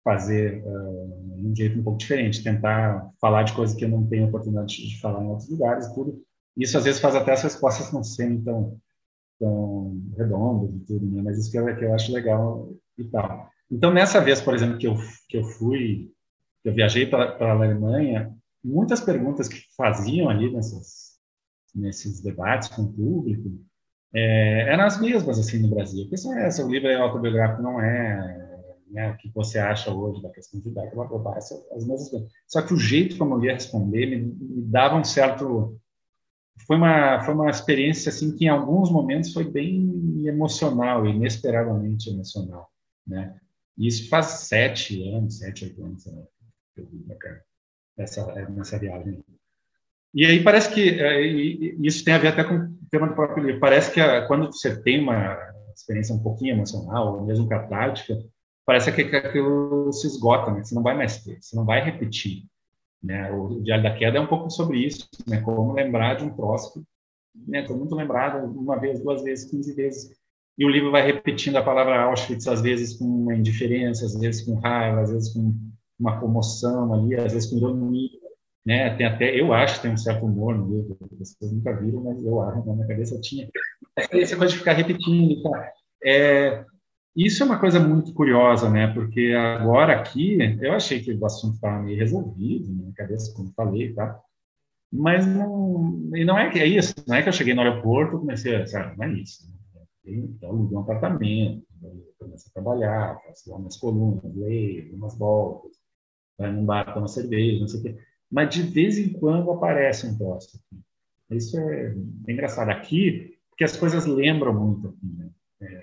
fazer uh, de um jeito um pouco diferente, tentar falar de coisas que eu não tenho oportunidade de falar em outros lugares e tudo. Isso às vezes faz até as respostas não serem tão, tão redondas e tudo, né? Mas isso que eu, que eu acho legal e tal. Então, nessa vez, por exemplo, que eu, que eu fui, que eu viajei para a Alemanha, muitas perguntas que faziam ali nessas, nesses debates com o público é, eram as mesmas, assim, no Brasil. A questão é essa, o livro é autobiográfico, não é, né, o que você acha hoje da questão de idade, blá, blá, blá, as mesmas coisas. Só que o jeito como eu ia responder me, me dava um certo... Foi uma, foi uma experiência, assim, que em alguns momentos foi bem emocional, inesperadamente emocional, né? E isso faz sete anos, sete, oito anos, né, que eu vim para cá, nessa, nessa viagem. E aí parece que é, isso tem a ver até com o tema do próprio livro. Parece que a, quando você tem uma experiência um pouquinho emocional, ou mesmo catártica, parece que aquilo se esgota, né? Você não vai mais ter, você não vai repetir, né? O Diário da Queda é um pouco sobre isso, né? Como lembrar de um troço que, né, estou muito lembrado uma vez, duas vezes, quinze vezes. E o livro vai repetindo a palavra Auschwitz, às vezes com uma indiferença, às vezes com raiva, às vezes com uma comoção ali, às vezes com ironia, né? Tem até, eu acho que tem um certo humor no livro, as pessoas nunca viram, mas eu acho, na minha cabeça tinha. Essa coisa de ficar repetindo, tá? É, isso é uma coisa muito curiosa, né? Porque agora aqui, eu achei que o assunto estava meio resolvido, na minha cabeça, como falei, tá? Mas não, e não é que é isso, não é que eu cheguei no aeroporto e comecei a, sabe, não é isso. Então, aluguei um apartamento, comecei a trabalhar, faço lá umas colunas, leio, umas voltas, vai num bar, toma cerveja, não sei o quê. Mas de vez em quando aparece um troço aqui. Isso é, é engraçado aqui, porque as coisas lembram muito aqui, né? É,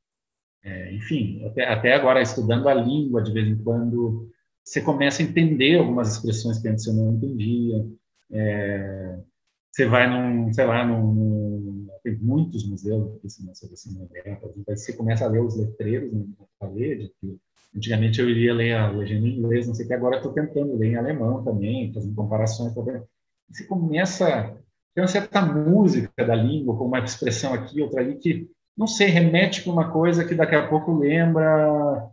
é, enfim, até, até agora estudando a língua, de vez em quando você começa a entender algumas expressões que antes você não entendia. É, você vai num, sei lá, num, num, tem muitos museus que ensinam sobre cinema, por exemplo, aí você começa a ler os letreiros na parede, que antigamente eu iria ler a legenda em inglês, não sei o que, agora estou tentando ler em alemão também, fazendo comparações. Você começa, tem uma certa música da língua, com uma expressão aqui, outra ali, que, não sei, remete para uma coisa que daqui a pouco lembra,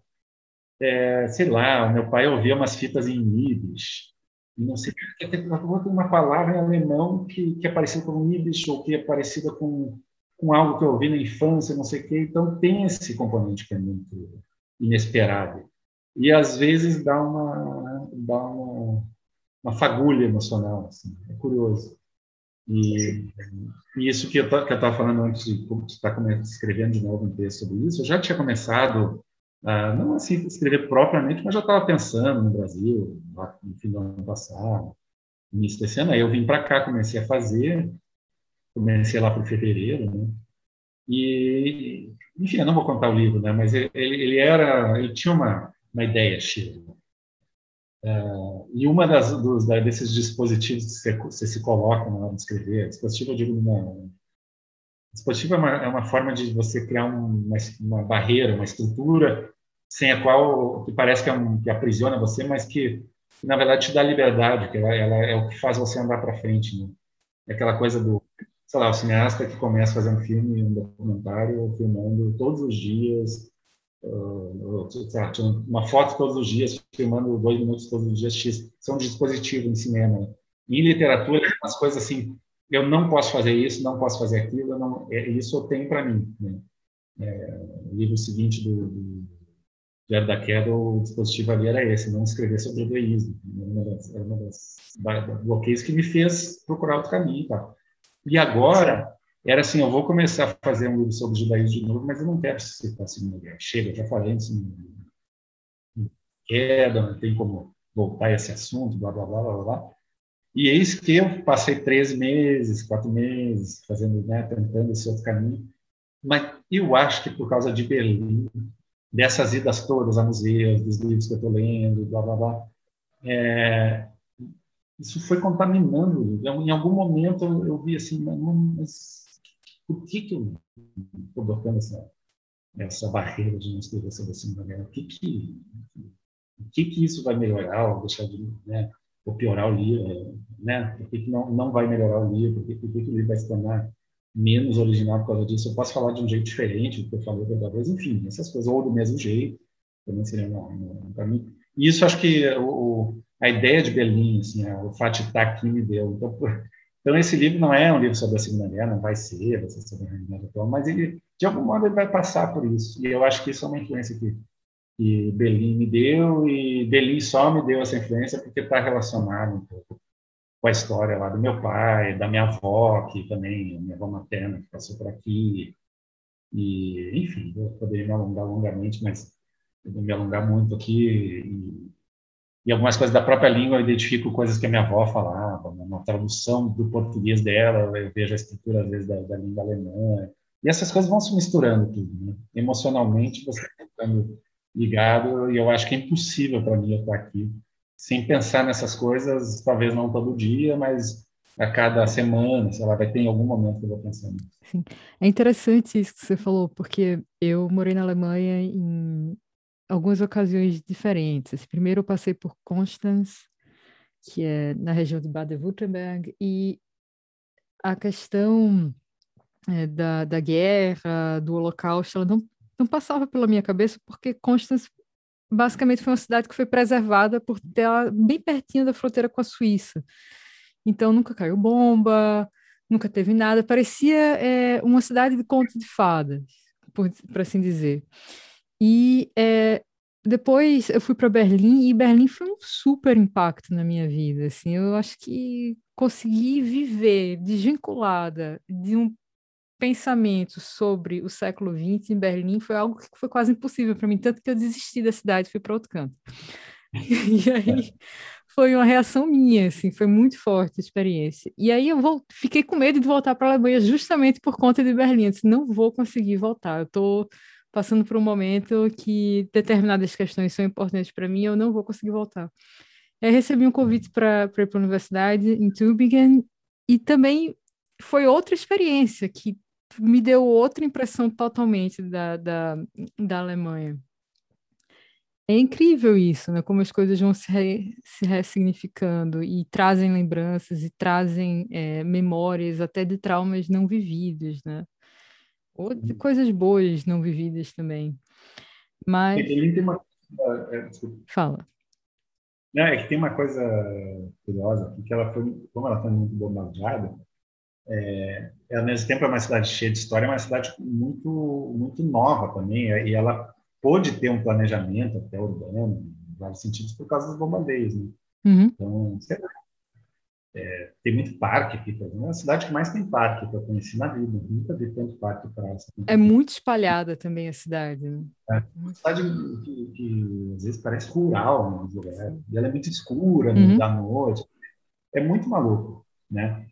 é, sei lá, o meu pai ouvia umas fitas em Yiddish, e não sei, tem uma palavra em alemão que, que é parecida com Yiddish, ou que é parecida com, com algo que eu ouvi na infância, não sei o quê. Então, tem esse componente que é muito inesperado. E, às vezes, dá uma, dá uma, uma fagulha emocional, assim. É curioso. E, e isso que eu estava falando antes de estar escrevendo de novo um texto sobre isso, eu já tinha começado, ah, não assim escrever propriamente, mas já estava pensando no Brasil, lá no fim do ano passado, início desse ano. Aí eu vim para cá, comecei a fazer, comecei lá para fevereiro, né? E, enfim, eu não vou contar o livro, né? Mas ele, ele era, ele tinha uma, uma ideia cheia. E uma das dos, desses dispositivos que você, você se coloca na hora de escrever, dispositivo, eu digo, uma, dispositivo é uma, é uma forma de você criar uma, uma barreira, uma estrutura sem a qual que parece que, é um, que aprisiona você, mas que, que na verdade te dá liberdade, que ela, ela é o que faz você andar para frente, né? É aquela coisa do, sei lá, o cineasta que começa a fazer um filme, um documentário, filmando todos os dias, uh, uma foto todos os dias, filmando dois minutos todos os dias, X. São um dispositivo em cinema. Né? Em literatura, umas coisas assim, eu não posso fazer isso, não posso fazer aquilo, não, é, isso eu tenho para mim. Né? É, o livro seguinte do, do Diário da Queda, o dispositivo ali era esse, não escrever sobre o egoísmo. Era uma das, era uma das, das bloqueios que me fez procurar outro caminho. Tá? E agora, era assim, eu vou começar a fazer um livro sobre o judaísmo de novo, mas eu não quero citar a Segunda Guerra. Chega, eu já falei isso, não queda, não tem como voltar a esse assunto, blá, blá, blá, blá, blá. E eis que eu passei três meses, quatro meses, fazendo, né, tentando esse outro caminho. Mas eu acho que por causa de Berlim, dessas idas todas a museus, dos livros que eu estou lendo, blá, blá, blá, é, isso foi contaminando. Em algum momento eu, eu vi assim, mas por que, que eu estou botando essa, essa barreira de não escrever sobre a Segunda Guerra? O que que, o que que isso vai melhorar ou deixar de, né, ou piorar o livro? Né? Por que, que não, não vai melhorar o livro? Por que, por que, que o livro vai se tornar menos original por causa disso? Eu posso falar de um jeito diferente do que eu falei da vez, enfim, essas coisas, ou do mesmo jeito, também seria um caminho. E isso acho que o, a ideia de Berlim, assim, o Fatih aqui me deu. Então, por, então, esse livro não é um livro sobre a Segunda Guerra, não vai ser, vai ser sobre a Guerra Atual, mas ele, de algum modo, ele vai passar por isso. E eu acho que isso é uma influência que, que Berlim me deu, e Berlim só me deu essa influência porque está relacionado um pouco com a história lá do meu pai, da minha avó, que também, a minha avó materna, que passou por aqui. E, enfim, eu poderia me alongar longamente, mas eu vou me alongar muito aqui. E, e algumas coisas da própria língua eu identifico coisas que a minha avó falava, né? Uma tradução do português dela, eu vejo a estrutura, às vezes, da, da língua alemã. E essas coisas vão se misturando tudo, né? Emocionalmente, você está ficando ligado, e eu acho que é impossível para mim eu estar aqui sem pensar nessas coisas, talvez não todo dia, mas a cada semana, sei lá, vai ter em algum momento que eu vou pensar nisso.
Sim. É interessante isso que você falou, porque eu morei na Alemanha em algumas ocasiões diferentes. Primeiro eu passei por Constance, que é na região de Baden-Württemberg, e a questão é, da, da guerra, do Holocausto, ela não, não passava pela minha cabeça, porque Constance basicamente foi uma cidade que foi preservada por estar bem pertinho da fronteira com a Suíça. Então nunca caiu bomba, nunca teve nada. Parecia é, uma cidade de conto de fadas, por, por assim dizer. E é, depois eu fui para Berlim, e Berlim foi um super impacto na minha vida. Assim, eu acho que consegui viver desvinculada de um pensamento sobre o século vinte em Berlim foi algo que foi quase impossível para mim, tanto que eu desisti da cidade e fui para outro canto. E aí foi uma reação minha, assim, foi muito forte a experiência. E aí eu vol- fiquei com medo de voltar para a Alemanha justamente por conta de Berlim. Eu disse, não vou conseguir voltar. Eu estou passando por um momento que determinadas questões são importantes para mim, eu não vou conseguir voltar. Aí recebi um convite para ir para a universidade em Tübingen, e também foi outra experiência que me deu outra impressão totalmente da, da, da Alemanha. É incrível isso, né? Como as coisas vão se, re, se ressignificando e trazem lembranças e trazem é, memórias até de traumas não vividos, né? Ou de coisas boas não vividas também. Mas,
Ele tem uma, é, desculpa.
fala.
Não, é que tem uma coisa curiosa aqui, que ela foi, como ela foi muito bombardeada, é, ao mesmo tempo é uma cidade cheia de história, é uma cidade muito, muito nova também, e ela pôde ter um planejamento até urbano, em vários sentidos, por causa dos bombardeios, né?
Uhum.
Então, sei lá, tem muito parque aqui, é uma cidade que mais tem parque que eu conheci na vida, nunca vi tanto parque para essa
É
aqui.
muito espalhada também a cidade, né?
É uma cidade que, que às vezes parece rural, né, nos lugares,
Sim.
e ela é muito escura, né,
Uhum.
da noite, é muito maluco, né?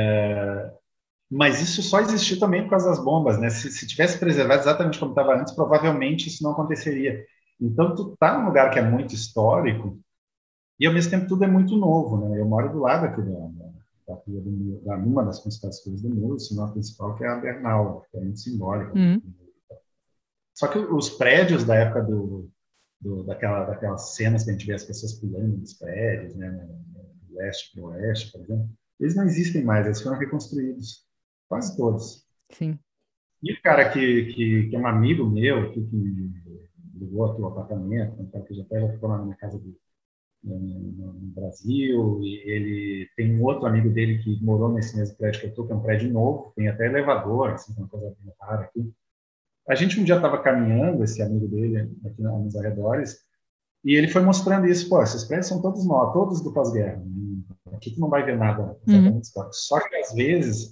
Mas isso só existiu também por causa das bombas, né? Se, se tivesse preservado exatamente como estava antes, provavelmente isso não aconteceria. Então, tu tá num lugar que é muito histórico e, ao mesmo tempo, tudo é muito novo, né? Eu moro do lado aqui da, da, da, rua do Muro, da numa das principais ruas do Muro, o sinal principal, que é a Bernal, que é muito simbólica.
Uhum.
Só que os prédios da época do, do, daquela, daquelas cenas que a gente vê as pessoas pulando dos prédios, né? Do leste para o oeste, por exemplo, eles não existem mais, eles foram reconstruídos. Quase todos.
Sim.
E o cara que, que, que é um amigo meu, que, que ligou aqui o apartamento, um cara que já até já ficou lá na minha casa do, no, no, no Brasil, e ele tem um outro amigo dele que morou nesse mesmo prédio que eu estou, que é um prédio novo, tem até elevador, assim, uma coisa bem rara aqui. A gente um dia estava caminhando, esse amigo dele, aqui nos arredores, e ele foi mostrando isso, pô, esses prédios são todos novos, todos do pós-guerra. Aqui tu não vai ver nada
Uhum.
exatamente histórico. Só que, às vezes,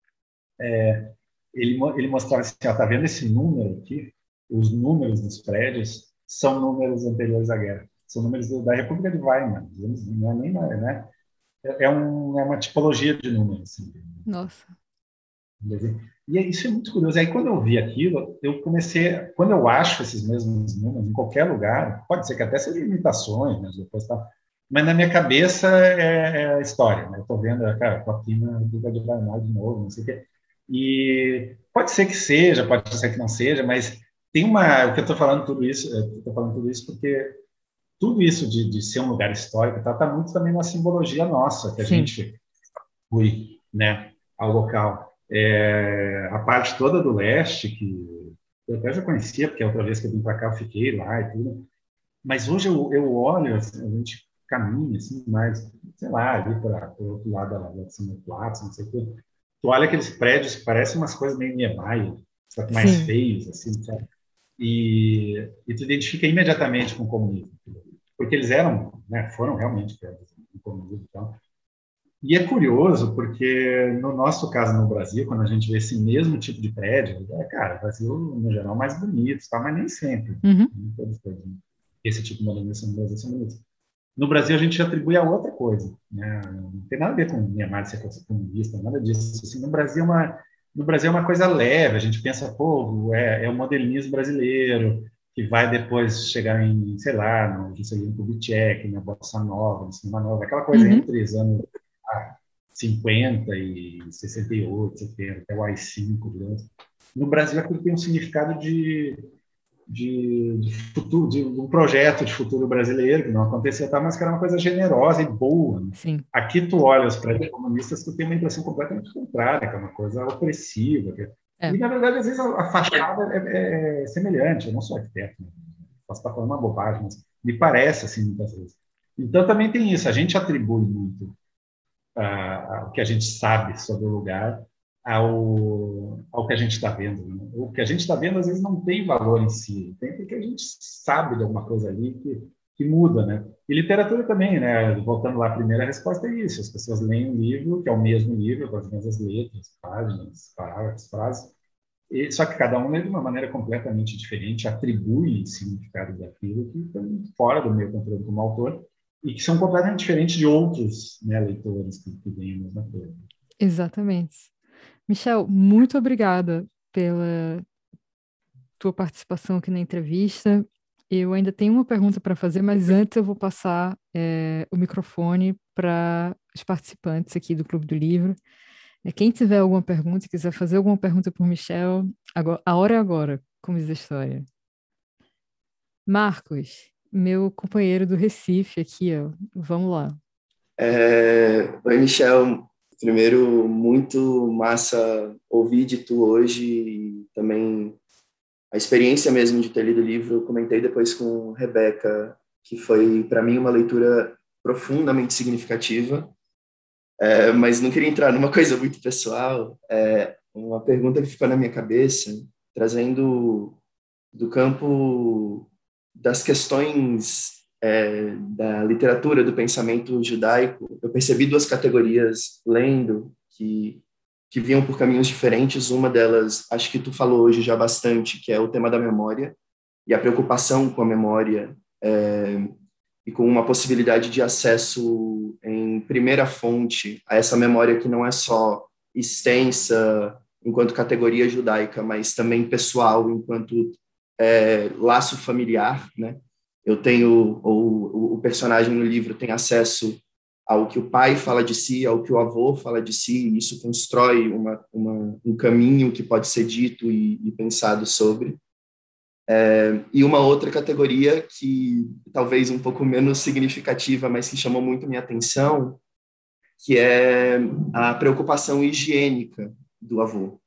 ele, ele mostrava assim, ó, tá vendo esse número aqui? Os números dos prédios são números anteriores à guerra. São números do, da República de Weimar. Não é nem, né? É, um, é uma tipologia de números. Assim.
Nossa.
E isso é muito curioso. Aí, quando eu vi aquilo, eu comecei... Quando eu acho esses mesmos números em qualquer lugar, pode ser que até sejam imitações, né, depois tá, mas na minha cabeça é, é a história. Né? Eu estou vendo, cara, tô aqui na República de Weimar de novo, não sei o quê. E pode ser que seja, pode ser que não seja, mas tem uma... O que eu estou falando tudo isso, eu estou falando tudo isso porque tudo isso de, de ser um lugar histórico está tá muito também na simbologia nossa, que a
Sim.
gente fui, né, ao local. É, a parte toda do leste, que eu até já conhecia, porque a outra vez que eu vim para cá eu fiquei lá e tudo, mas hoje eu, eu olho, assim, a gente caminha, assim, mais, sei lá, ali para o outro lado da, da São Platz, não sei o quê. Tu olha aqueles prédios que parecem umas coisas meio Niemeyer, só que mais
Sim.
feios, assim, sabe? E, e tu identifica imediatamente com o comunismo. Porque eles eram, né, foram realmente prédios do comunismo e tal. E é curioso, porque no nosso caso no Brasil, quando a gente vê esse mesmo tipo de prédio, é, cara, o Brasil, no geral, mais bonito, tá? Mas nem sempre.
Uhum.
Nem todos têm esse tipo de modernização no Brasil são bonitos. No Brasil, a gente atribui a outra coisa, né? Não tem nada a ver com Niemeyer ser comunista, nada disso. Assim, no Brasil, é uma, no Brasil é uma coisa leve, a gente pensa, pô, é, é o modernismo brasileiro, que vai depois chegar em, sei lá, no Juscelino Kubitschek, na Bossa Nova, no Cinema Nova, aquela coisa
Uhum.
entre os anos ah, cinquenta e sessenta e oito, setenta, até o A I cinco, digamos. No Brasil, aquilo tem um significado de de, de, futuro, de um projeto de futuro brasileiro, que não acontecia, tá, mas que era uma coisa generosa e boa. Né?
Sim.
Aqui tu olha os prédios comunistas, tu tem uma impressão completamente contrária, que é uma coisa opressiva. Que...
É.
E, na verdade, às vezes a, a fachada é, é, semelhante. Eu não sou arquiteto, né? Posso estar falando uma bobagem, mas me parece assim muitas vezes. Então, também tem isso. A gente atribui muito uh, o que a gente sabe sobre o lugar ao, ao que a gente está vendo. Né? O que a gente está vendo, às vezes, não tem valor em si, tem porque a gente sabe de alguma coisa ali que, que muda. Né? E literatura também, né? Voltando lá, a primeira resposta é isso: as pessoas leem um livro, que é o mesmo livro, com as mesmas letras, páginas, parágrafos, frases, e, só que cada um lê de uma maneira completamente diferente, atribui significado daquilo que estão fora do meu controle como autor, e que são completamente diferentes de outros, né, leitores que, que veem a mesma coisa.
Exatamente. Michel, muito obrigada pela tua participação aqui na entrevista. Eu ainda tenho uma pergunta para fazer, mas antes eu vou passar é, o microfone para os participantes aqui do Clube do Livro. É, quem tiver alguma pergunta, quiser fazer alguma pergunta por Michel, agora, a hora é agora, como diz a história. Marcos, meu companheiro do Recife aqui, ó, vamos lá.
É... Oi, Michel. Primeiro, muito massa ouvir de tu hoje e também a experiência mesmo de ter lido o livro. Eu comentei depois com Rebeca, que foi, para mim, uma leitura profundamente significativa, é, mas não queria entrar numa coisa muito pessoal. É uma pergunta que ficou na minha cabeça, trazendo do campo das questões é, da literatura, do pensamento judaico. Eu percebi duas categorias lendo que que vinham por caminhos diferentes. Uma delas, acho que tu falou hoje já bastante, que é o tema da memória e a preocupação com a memória é, e com uma possibilidade de acesso em primeira fonte a essa memória que não é só extensa enquanto categoria judaica, mas também pessoal enquanto é, laço familiar, né? Eu tenho, ou o personagem no livro tem acesso ao que o pai fala de si, ao que o avô fala de si, e isso constrói uma, uma, um caminho que pode ser dito e, e pensado sobre. É, e uma outra categoria que talvez um pouco menos significativa, mas que chamou muito minha atenção, que é a preocupação higiênica do avô.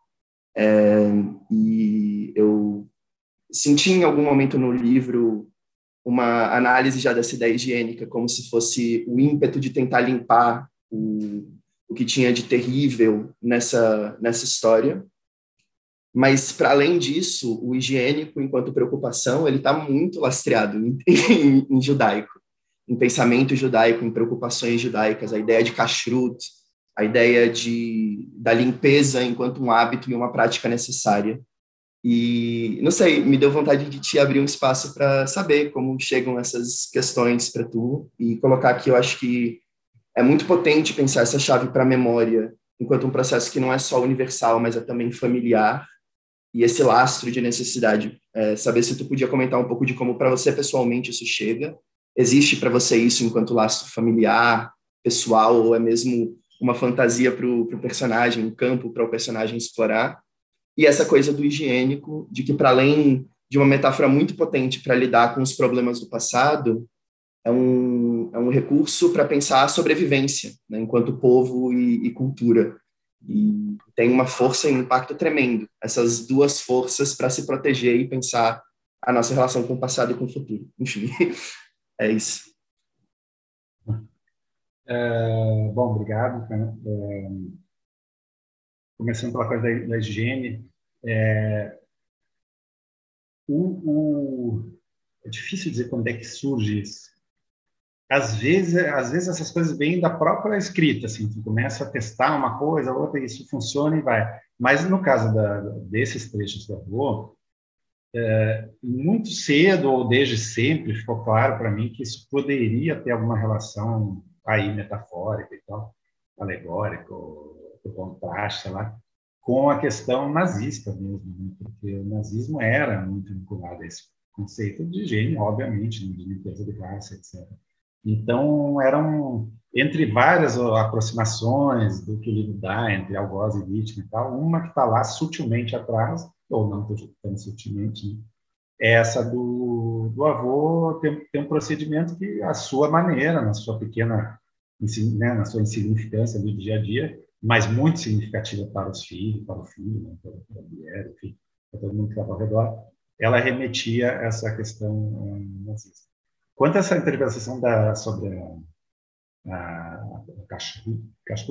É, e eu senti em algum momento no livro uma análise já dessa ideia higiênica, como se fosse o ímpeto de tentar limpar o, o que tinha de terrível nessa, nessa história. Mas, para além disso, o higiênico, enquanto preocupação, ele está muito lastreado em, em, em judaico, em pensamento judaico, em preocupações judaicas, a ideia de kashrut, a ideia de, da limpeza enquanto um hábito e uma prática necessária. E, não sei, me deu vontade de te abrir um espaço para saber como chegam essas questões para tu e colocar aqui. Eu acho que é muito potente pensar essa chave para a memória enquanto um processo que não é só universal, mas é também familiar, e esse lastro de necessidade. É, saber se tu podia comentar um pouco de como para você pessoalmente isso chega. Existe para você isso enquanto lastro familiar, pessoal, ou é mesmo uma fantasia para o personagem, um campo para o personagem explorar? E essa coisa do higiênico, de que para além de uma metáfora muito potente para lidar com os problemas do passado, é um, é um recurso para pensar a sobrevivência, né, enquanto povo e, e cultura. E tem uma força e um impacto tremendo, essas duas forças para se proteger e pensar a nossa relação com o passado e com o futuro. Enfim, é isso.
É, bom, obrigado. É, começando pela coisa da, da higiene, é, o, o, é difícil dizer quando é que surge isso. Às vezes, às vezes essas coisas vêm da própria escrita, assim, tu começa a testar uma coisa, outra, e isso funciona e vai. Mas no caso da, desses trechos do avô, é, muito cedo ou desde sempre ficou claro para mim que isso poderia ter alguma relação aí metafórica e tal, alegórica, ou, ou contraste, sei lá, com a questão nazista mesmo, né? Porque o nazismo era muito vinculado a esse conceito de higiene, obviamente, de limpeza de raça, etcétera. Então, eram, entre várias aproximações do que o livro dá, entre algoz e vítima e tal, uma que está lá sutilmente atrás, ou não tão sutilmente, né? É essa do, do avô tem, tem um procedimento que, à sua maneira, na sua pequena, né, na sua insignificância do dia a dia, mas muito significativa para os filhos, para o filho, né, para, para a mulher, enfim, para todo mundo que estava ao redor, ela remetia a essa questão um, nazista. Quanto a essa interpretação da, sobre a, a, a Kashrut,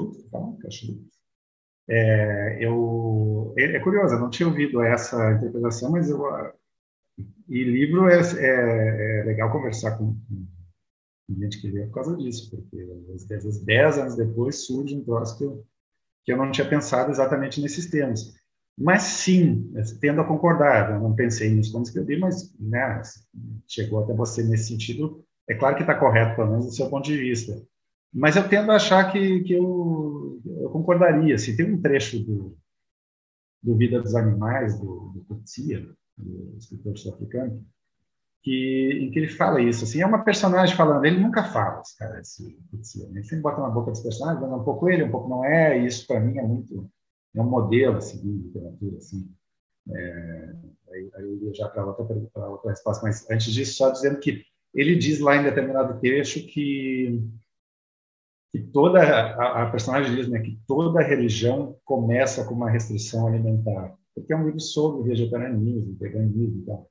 é, eu, é, é curioso, eu não tinha ouvido essa interpretação, mas eu, e livro é, é, é legal conversar com, com gente que lê por causa disso, porque às vezes dez anos depois surge um troço que eu, que eu não tinha pensado exatamente nesses termos. Mas sim, tendo a concordar, eu não pensei nisso quando escrevi, mas né, chegou até você nesse sentido, é claro que está correto, pelo menos do seu ponto de vista. Mas eu tendo a achar que, que eu, eu concordaria. Se tem um trecho do, do Vida dos Animais, do, do Coetzee, do escritor sul-africano, que, em que ele fala isso. Assim, é uma personagem falando, ele nunca fala, esse cara, esse Coetzee. Ele sempre bota na boca dos personagens, mas um pouco ele, um pouco não é, e isso para mim é muito... é um modelo a seguir em literatura, assim. É, aí, aí eu ia já para outra, para outra resposta, mas antes disso, só dizendo que ele diz lá em determinado trecho que, que toda, a, a personagem diz, né, que toda religião começa com uma restrição alimentar, porque é um livro sobre vegetarianismo, veganismo e tal,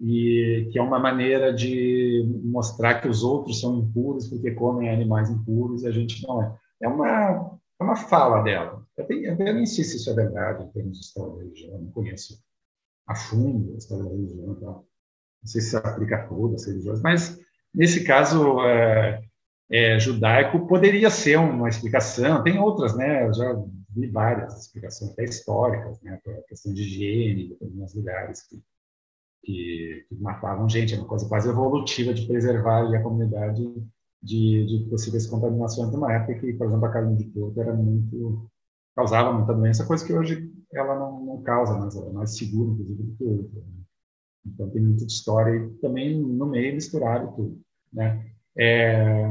e que é uma maneira de mostrar que os outros são impuros porque comem animais impuros e a gente não é. É uma... é uma fala dela. Eu, tenho, eu nem sei se isso é verdade em termos de história da religião, não conheço a fundo a história da religião, então, não sei se se aplica a todas as religiões, mas nesse caso é, é, judaico poderia ser uma explicação. Tem outras, né? Eu já vi várias explicações, até históricas, né? Para a questão de higiene, em alguns lugares que, que, que matavam gente, é uma coisa quase evolutiva de preservar ali a comunidade De, de possíveis contaminações numa época que, por exemplo, a carne de porco era muito, causava muita doença, coisa que hoje ela não, não causa, mas ela é mais segura, inclusive, do que outra. Né? Então, tem muita história e também no meio misturado tudo. Né? É,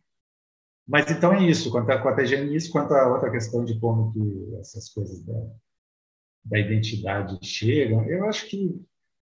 mas, então, é isso. Quanto a, quanto a higiene, isso, quanto a outra questão de como que essas coisas da, da identidade chegam, eu acho que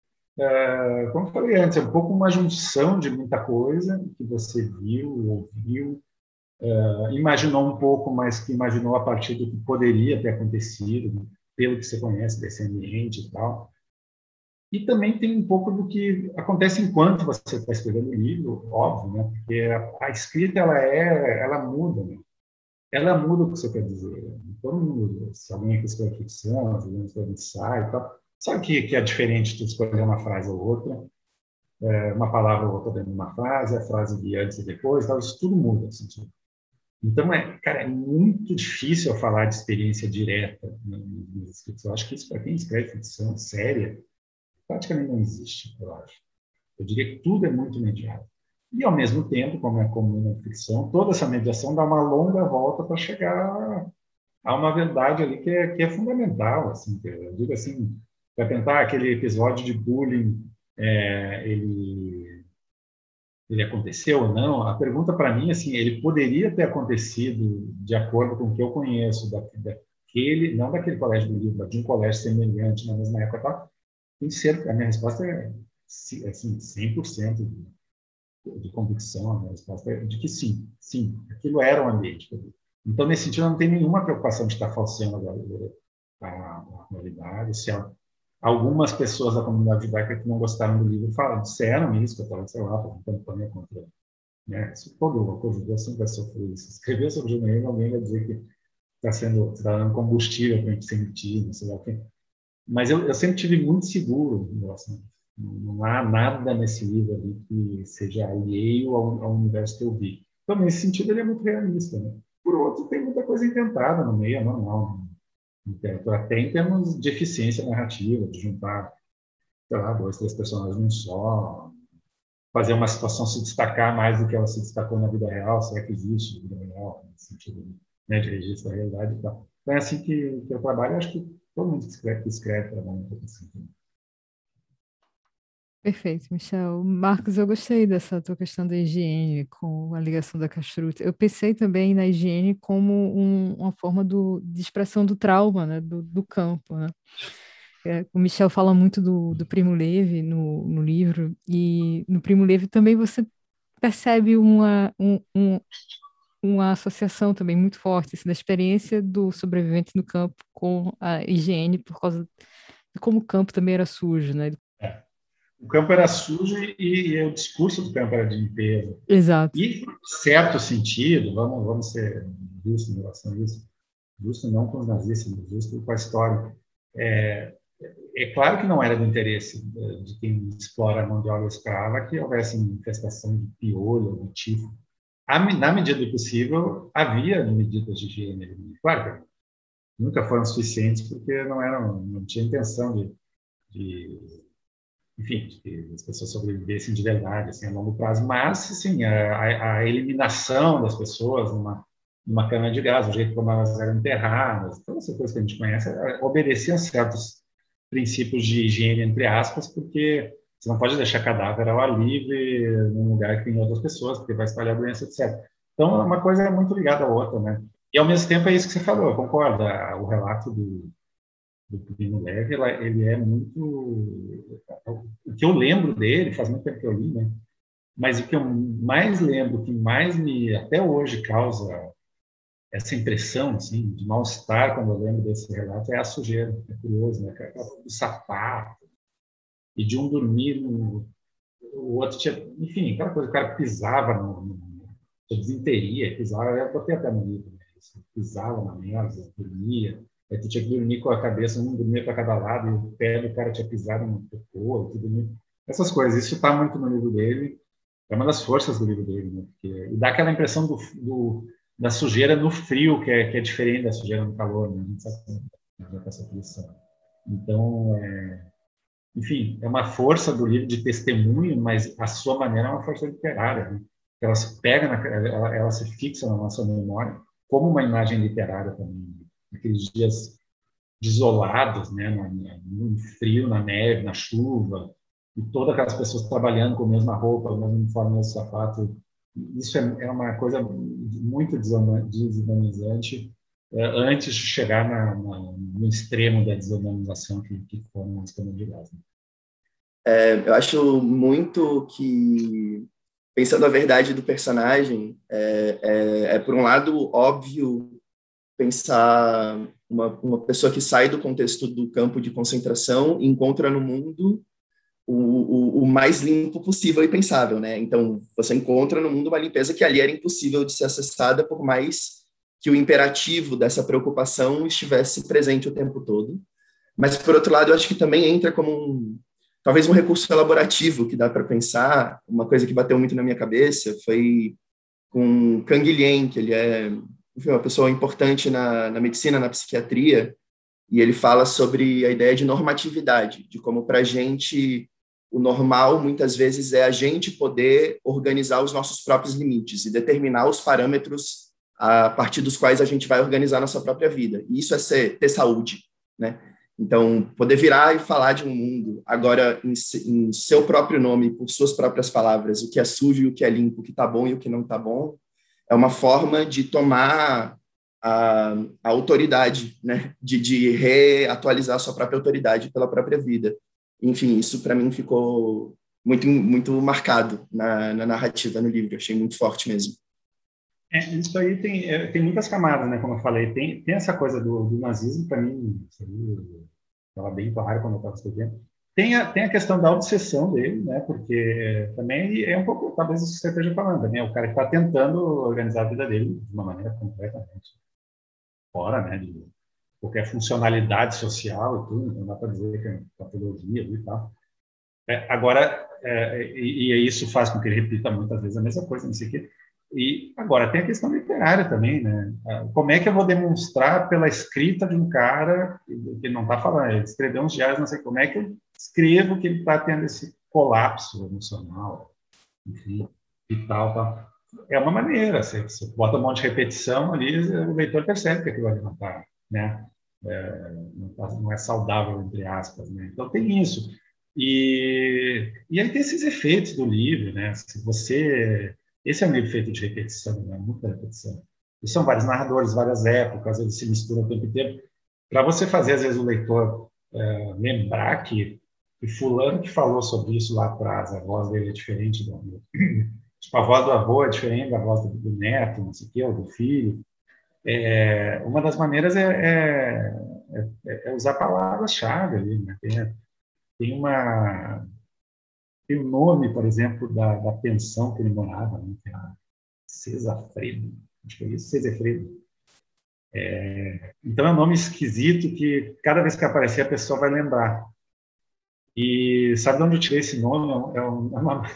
Uh, como eu falei antes, é um pouco uma junção de muita coisa que você viu, ouviu, uh, imaginou um pouco, mas que imaginou a partir do que poderia ter acontecido, pelo que você conhece desse ambiente e tal. E também tem um pouco do que acontece enquanto você está escrevendo o livro, óbvio, né? Porque a, a escrita ela é, ela muda, né? Ela muda o que você quer dizer. Todo mundo, se alguém aqui escreve ficção, se alguém escreve ensaio e tal, sabe que, que é diferente de escolher uma frase ou outra, é, uma palavra ou outra dentro de uma frase, a frase de antes e depois, tal, isso tudo muda. Assim, tipo. Então, é, cara, é muito difícil eu falar de experiência direta nos escritos. Eu acho que isso, para quem escreve ficção séria, praticamente não existe, eu acho. Eu diria que tudo é muito mediado. E, ao mesmo tempo, como é comum na ficção, toda essa mediação dá uma longa volta para chegar a uma verdade ali que é, que é fundamental. Assim, que eu digo assim, para tentar aquele episódio de bullying, é, ele, ele aconteceu ou não, a pergunta para mim, assim, ele poderia ter acontecido de acordo com o que eu conheço, da, daquele, não daquele colégio do livro, de um colégio semelhante na mesma época, tá? Tem cerca, a minha resposta é assim, cem por cento de, de convicção, a minha resposta é de que sim, sim, aquilo era um ambiente. Então, nesse sentido, não tem nenhuma preocupação de estar falseando a, a, a realidade, se ela algumas pessoas da comunidade judaica que não gostaram do livro falaram, disseram isso, que eu estava, sei lá, fazendo campanha contra, né? Isso, todo o judeu sempre vai sofrer isso. Escrever sobre o judaísmo, alguém vai dizer que está sendo, tá dando combustível para antissemitismo, sei lá o quê. Mas eu, eu sempre tive muito seguro em relação a isso. Não, não há nada nesse livro ali que seja alheio ao, ao universo que eu vi. Então, nesse sentido, ele é muito realista, né? Por outro, tem muita coisa inventada no meio, é normal. Né? Até em termos de eficiência narrativa, de juntar, sei lá, dois, três personagens num só, fazer uma situação se destacar mais do que ela se destacou na vida real, será que existe na vida real, no sentido, né, de registro da realidade e tal. Então, é assim que, que eu trabalho, eu acho que todo mundo que escreve, que escreve trabalha um pouco assim.
Perfeito, Michel. Marcos, eu gostei dessa tua questão da higiene com a ligação da castruta. Eu pensei também na higiene como um- uma forma do, de expressão do trauma, né, do, do campo, né? É, o Michel fala muito do, do Primo Levi no, no livro, e no Primo Levi também você percebe uma, um, um- uma associação também muito forte assim, da experiência do sobrevivente no campo com a higiene, por causa de como o campo também era sujo, né?
É. O campo era sujo e, e o discurso do campo era de limpeza.
Exato.
E, em certo sentido, vamos, vamos ser justos em relação a isso, justo não com os nazistas, mas justo com a história. É, é claro que não era do interesse de quem explora a mão de obra escrava que houvesse infestação de piolho, de tifo. Na medida do possível, havia medidas de higiene. Claro que nunca foram suficientes porque não eram, não tinha intenção de, de enfim, de que as pessoas sobrevivessem de verdade, assim, a longo prazo. Mas, sim, a, a eliminação das pessoas numa, numa cana de gás, o jeito como elas eram enterradas, todas essas coisas que a gente conhece, obedeciam certos princípios de higiene, entre aspas, porque você não pode deixar cadáver ao ar livre num lugar que tem outras pessoas, porque vai espalhar doença, etcétera. Então, uma coisa é muito ligada à outra, né? E, ao mesmo tempo, é isso que você falou, eu concordo. O relato do, do Primo Levi, ele é muito... O que eu lembro dele, faz muito tempo que eu li, né? Mas o que eu mais lembro, o que mais me, até hoje, causa essa impressão, assim, de mal-estar quando eu lembro desse relato, é a sujeira. É curioso, né? O sapato, e de um dormir no... O outro tinha... Enfim, aquela coisa, o cara pisava no... no desinteria, pisava... Eu botei até no livro, né? Pisava na mesa, dormia. Aí tu tinha que dormir com a cabeça, um dormia para cada lado, e o pé do cara tinha pisado no cocô, tudo. Essas coisas. Isso está muito no livro dele. É uma das forças do livro dele, né? Porque, e dá aquela impressão do, do, da sujeira no frio, que é, que é diferente da sujeira no calor, né? A gente sabe que essa posição. Então, é, enfim, é uma força do livro de testemunho, mas a sua maneira é uma força literária, né? Ela se pega, na, ela, ela se fixa na nossa memória como uma imagem literária também. Aqueles dias desolados, né, no frio, na neve, na chuva, e todas aquelas pessoas trabalhando com a mesma roupa, o mesmo uniforme, o mesmo sapato. Isso é, é uma coisa muito desumanizante é, antes de chegar na, na, no extremo da desumanização que, que foram as câmeras de gás. Né?
É, eu acho muito que, pensando a verdade do personagem, é, é, é por um lado óbvio pensar uma, uma pessoa que sai do contexto do campo de concentração e encontra no mundo o, o, o mais limpo possível e pensável, né? Então, você encontra no mundo uma limpeza que ali era impossível de ser acessada, por mais que o imperativo dessa preocupação estivesse presente o tempo todo. Mas, por outro lado, eu acho que também entra como um, talvez um recurso elaborativo que dá para pensar. Uma coisa que bateu muito na minha cabeça foi com Canguilhem, que ele é enfim, uma pessoa importante na, na medicina, na psiquiatria, e ele fala sobre a ideia de normatividade, de como para a gente o normal muitas vezes é a gente poder organizar os nossos próprios limites e determinar os parâmetros a partir dos quais a gente vai organizar a nossa própria vida. E isso é ser, ter saúde, né? Então, poder virar e falar de um mundo, agora em, em seu próprio nome, por suas próprias palavras, o que é sujo e o que é limpo, o que está bom e o que não está bom, é uma forma de tomar a, a autoridade, né? de, de reatualizar a sua própria autoridade pela própria vida. Enfim, isso para mim ficou muito, muito marcado na, na narrativa, no livro. Eu achei muito forte mesmo.
É, isso aí tem, é, tem muitas camadas, né? Como eu falei, tem, tem essa coisa do, do nazismo, para mim, estava bem claro quando eu estava escrevendo. Tem a, tem a questão da obsessão dele, né? Porque também é um pouco, talvez isso que você esteja falando, né? O cara que está tentando organizar a vida dele de uma maneira completamente fora, né? De qualquer funcionalidade social e tudo, não dá para dizer que é patologia e tal. É, agora, é, e, e isso faz com que ele repita muitas vezes a mesma coisa, não sei o quê. E agora tem a questão literária também, né? Como é que eu vou demonstrar pela escrita de um cara que não está falando, ele escreveu uns diários, não sei como é que eu escrevo que ele está tendo esse colapso emocional, enfim, e tal, tal. É uma maneira, você, você bota um monte de repetição ali, o leitor percebe que aquilo ali não está, né? É, não, tá, não é saudável, entre aspas, né? Então tem isso. E, e aí tem esses efeitos do livro, né? Se você... Esse é um livro feito de repetição, né? Muita repetição. E são vários narradores, várias épocas, eles se misturam o tempo inteiro. Para você fazer, às vezes, o leitor é, lembrar que, que fulano que falou sobre isso lá atrás, a voz dele é diferente do amigo. Tipo, a voz do avô é diferente da voz do, do neto, não sei o quê, ou do filho. É, uma das maneiras é, é, é, é usar palavras-chave ali, né? Tem, tem uma... Tem o nome, por exemplo, da, da pensão que ele morava, né? Que era Cesafredo, acho que é isso, Cesafredo. É, então é um nome esquisito que cada vez que aparecer a pessoa vai lembrar. E sabe de onde eu tirei esse nome? É, um, é, uma,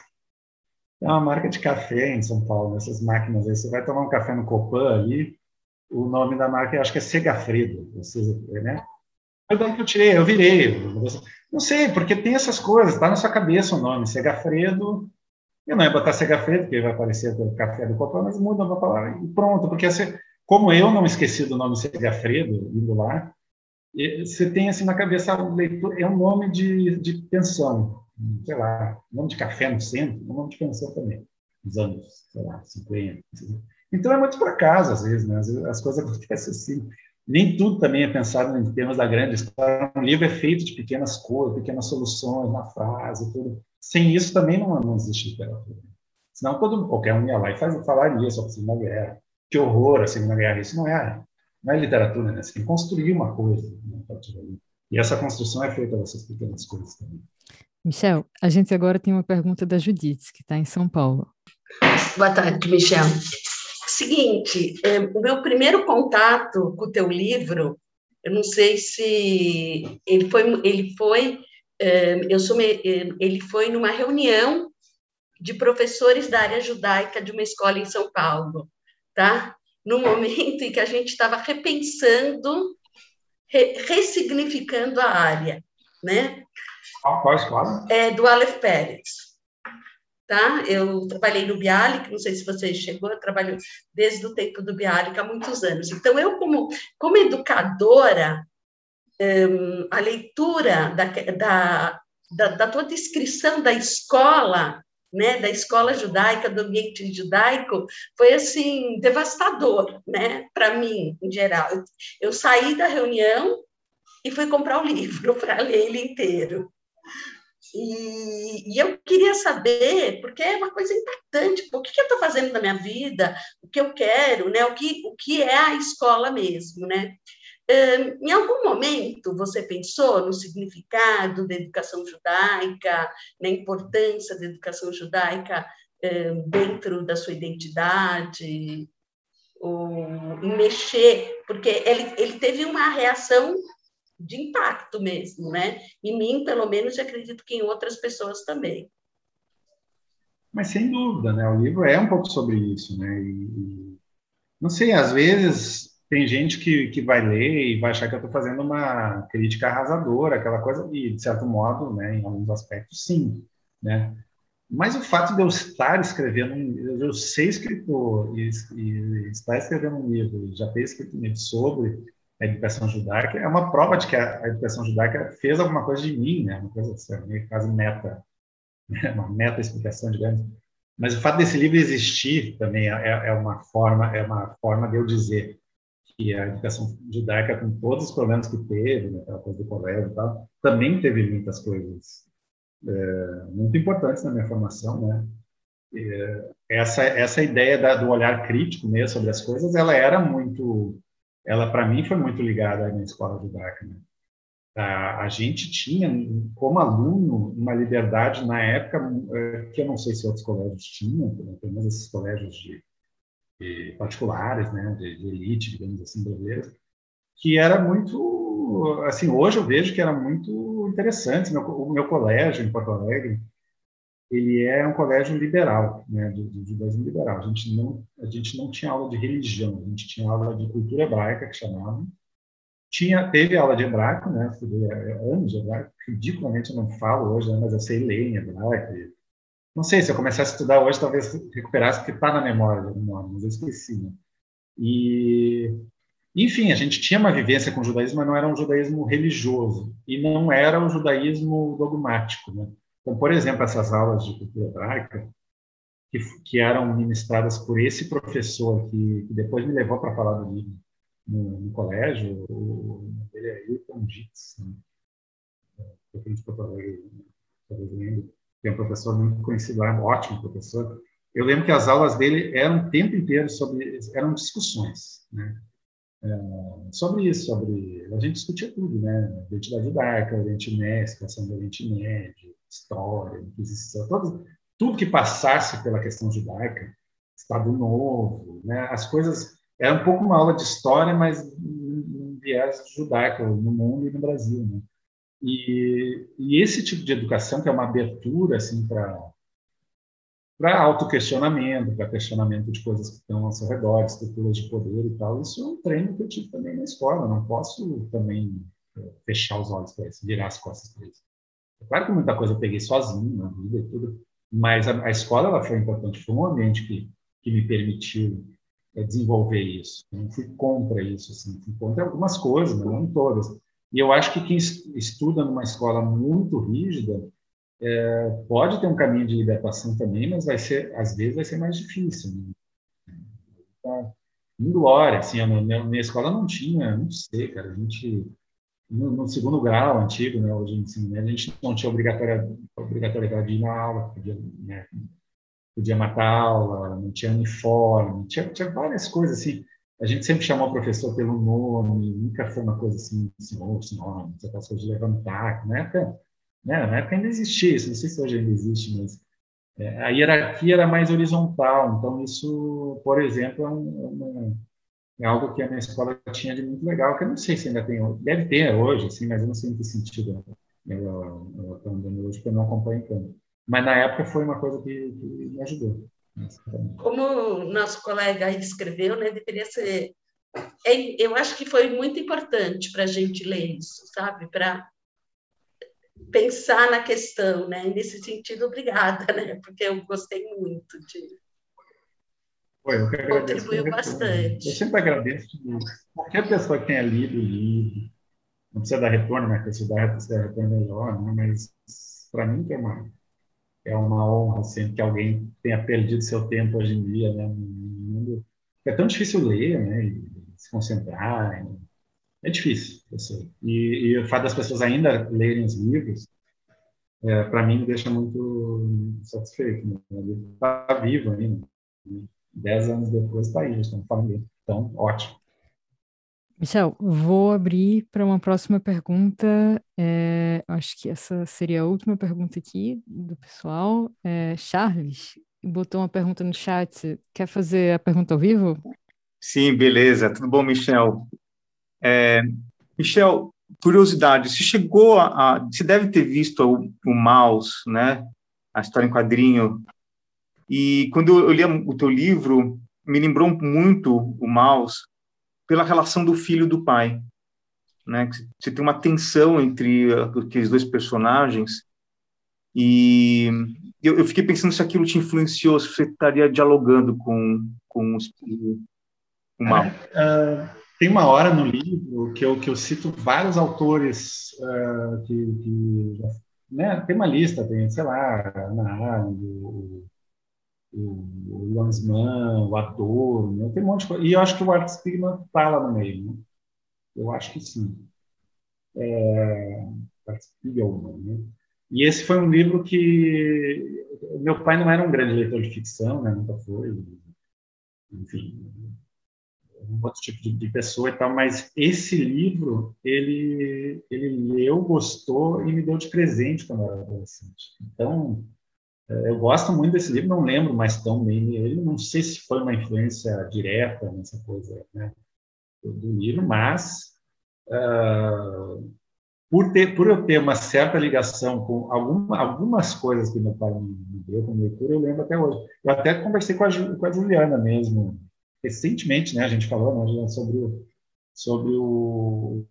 é uma marca de café em São Paulo, essas máquinas aí. Você vai tomar um café no Copan ali, o nome da marca eu acho que é Segafredo, né? Foi daí que eu tirei, eu virei. Não sei, porque tem essas coisas, está na sua cabeça o nome, Segafredo. Eu não ia botar Segafredo, porque vai aparecer o café do Copan, mas muda uma palavra e pronto. Porque você, como eu não esqueci do nome Segafredo, indo lá, você tem assim na cabeça, é um nome de, de pensão, sei lá, nome de café no centro, um nome de pensão também, dos anos, sei lá, cinquenta. Então é muito por acaso, às vezes, né? Às vezes as coisas acontecem assim. Nem tudo também é pensado em termos da grande história. Um livro é feito de pequenas coisas, pequenas soluções na frase, tudo. Sem isso também não, não existe literatura. Senão todo, qualquer um ia lá e faz, falaria sobre a Segunda Guerra. Que horror a Segunda Guerra. Isso não é, não é literatura, né? Você tem que construir uma coisa, né, a partir dali. E essa construção é feita dessas pequenas coisas também.
Michel, a gente agora tem uma pergunta da Judite, que está em São Paulo.
Boa tarde, Michel. Seguinte, é, o meu primeiro contato com o teu livro, eu não sei se ele foi, ele foi, é, eu sou, ele foi numa reunião de professores da área judaica de uma escola em São Paulo, tá? No momento em que a gente estava repensando, re, ressignificando a área, né?
Qual escola?
É do Aleph Peretz. Tá? Eu trabalhei no Bialik, não sei se você chegou, eu trabalho desde o tempo do Bialik há muitos anos. Então, eu, como, como educadora, um, a leitura da, da, da, da tua descrição da escola, né, da escola judaica, do ambiente judaico, foi, assim, devastador, né, para mim, em geral. Eu, eu saí da reunião e fui comprar o livro para ler ele inteiro. E, e eu queria saber, porque é uma coisa impactante, o que, que eu estou fazendo na minha vida, o que eu quero, né? o, que, o que é a escola mesmo. Né? Um, em algum momento você pensou no significado da educação judaica, na importância da educação judaica um, dentro da sua identidade, ou em mexer, porque ele, ele teve uma reação de impacto mesmo, né? Em mim, pelo menos, eu acredito que em outras pessoas também.
Mas sem dúvida, né? O livro é um pouco sobre isso, né? E, e não sei, às vezes tem gente que, que vai ler e vai achar que eu estou fazendo uma crítica arrasadora, aquela coisa, e de certo modo, né? Em alguns aspectos, sim, né? Mas o fato de eu estar escrevendo, eu ser escritor e, e estar escrevendo um livro, já ter escrito um livro sobre a educação judaica, é uma prova de que a, a educação judaica fez alguma coisa de mim, né? Uma coisa assim, meio quase meta, né? Uma meta-explicação, digamos. Mas o fato desse livro existir também é, é, uma forma, é uma forma de eu dizer que a educação judaica, com todos os problemas que teve, né? Aquela coisa do colégio e tal, também teve muitas coisas é, muito importantes na minha formação, né? É, essa, essa ideia da, do olhar crítico mesmo sobre as coisas, ela era muito... ela, para mim, foi muito ligada à minha escola judaica, né? A, a gente tinha, como aluno, uma liberdade na época que eu não sei se outros colégios tinham, pelo menos esses colégios de, de particulares, né, de, de elite, digamos assim, brasileiros, que era muito, assim, hoje eu vejo que era muito interessante. Meu, o meu colégio em Porto Alegre, ele é um colégio liberal, né, de, de judaísmo liberal. A gente não, a gente não tinha aula de religião, a gente tinha aula de cultura hebraica, que chamava. Tinha, teve aula de hebraico, né, estudei anos de hebraico, ridiculamente eu não falo hoje, né, mas eu sei ler em hebraico. E, não sei, se eu começasse a estudar hoje, talvez recuperasse, porque está na memória de algum modo, mas eu esqueci, né? E, enfim, a gente tinha uma vivência com o judaísmo, mas não era um judaísmo religioso, e não era um judaísmo dogmático, né? Então, por exemplo, essas aulas de cultura hebraica, que, que eram ministradas por esse professor, que, que depois me levou para falar do livro no, no colégio, o, ele é Hilton Gitz, né? Professor de Porto Alegre, que é um professor muito conhecido lá, um ótimo professor. Eu lembro que as aulas dele eram o tempo inteiro sobre, eram discussões, né? Sobre isso, sobre... A gente discutia tudo, né? Identidade judaica, Oriente Médio, situação do Oriente Médio, história, Inquisição, todo, tudo que passasse pela questão judaica, Estado Novo, né? As coisas... Era um pouco uma aula de história, mas um viés judaico no mundo e no Brasil, né? E, e esse tipo de educação, que é uma abertura assim, para para autoquestionamento, para questionamento de coisas que estão ao seu redor, estruturas de poder e tal. Isso é um treino que eu tive também na escola. Eu não posso também fechar os olhos para isso, virar as costas para isso. É claro que muita coisa eu peguei sozinho na vida e tudo, mas a, a escola ela foi importante, foi um ambiente que, que me permitiu é, desenvolver isso. Eu não fui contra isso, assim, fui contra algumas coisas, mas não todas. E eu acho que quem estuda numa escola muito rígida é, pode ter um caminho de libertação também, mas vai ser, às vezes vai ser mais difícil, né? Tá inglória, assim, a minha, minha escola não tinha, não sei, cara, a gente, no, no segundo grau antigo, né, hoje em ensino médio, a gente não tinha obrigatória, obrigatoriedade de ir na aula, podia, né, podia matar a aula, não tinha uniforme, tinha, tinha várias coisas, assim, a gente sempre chamou o professor pelo nome, nunca foi uma coisa assim, senhor, senhora, essas coisas de levantar, na época, né, na época ainda existia isso, não sei se hoje ainda existe, mas é, a hierarquia era mais horizontal, então isso, por exemplo, é, um, é algo que a minha escola tinha de muito legal, que eu não sei se ainda tem, deve ter hoje, assim, mas eu não sei em que sentido ela está andando hoje, porque eu não acompanho tanto. Mas na época foi uma coisa que, que me ajudou.
Como o nosso colega aí escreveu, né, deveria ser... Eu acho que foi muito importante para a gente ler isso, sabe? Para pensar na questão, né? Nesse sentido, obrigada, né? Porque eu gostei muito de...
Pô, eu que agradeço.
Contribuiu bastante.
Eu sempre agradeço qualquer pessoa que tenha lido o livro. Não precisa dar retorno, mas se der, se der retorno melhor, né? Mas para mim que é uma, é uma honra assim, que alguém tenha perdido seu tempo hoje em dia, né? É tão difícil ler, né? E se concentrar. É difícil, eu sei. E, e o fato das pessoas ainda lerem os livros, é, para mim, me deixa muito satisfeito. Né? Ele está vivo ainda. Dez anos depois está aí, estamos falando dele. Então, ótimo.
Michel, vou abrir para uma próxima pergunta. É, acho que essa seria a última pergunta aqui do pessoal. É, Charles botou uma pergunta no chat. Quer fazer a pergunta ao vivo?
Sim, beleza. Tudo bom, Michel? É, Michel, curiosidade, você chegou a, a... Você deve ter visto o, o Maus, né? A história em quadrinho. E quando eu li o teu livro, me lembrou muito o Maus pela relação do filho e do pai, né? Você tem uma tensão entre aqueles dois personagens e eu, eu fiquei pensando se aquilo te influenciou, se você estaria dialogando com, com os, o Maus.
É, uh, tem uma hora no livro que eu, que eu cito vários autores uh, que, que né, tem uma lista, tem, sei lá, Ana Arendt, o, o Lanzmann, o Adorno, né, tem um monte de coisa. E eu acho que o Art Spiegelman está lá no meio, né? Eu acho que sim. É, Art Spiegelman, né? E esse foi um livro que... Meu pai não era um grande leitor de ficção, né? Nunca foi. Enfim... um outro tipo de, de pessoa e tal, mas esse livro, ele, ele leu, gostou e me deu de presente quando eu era adolescente. Então, eu gosto muito desse livro, não lembro mais tão bem ele, não sei se foi uma influência direta nessa coisa, né, do livro, mas uh, por, ter, por eu ter uma certa ligação com alguma, algumas coisas que meu pai me, me deu como leitura, eu lembro até hoje. Eu até conversei com a, com a Juliana mesmo, recentemente, né, a gente falou, né, sobre o, sobre o,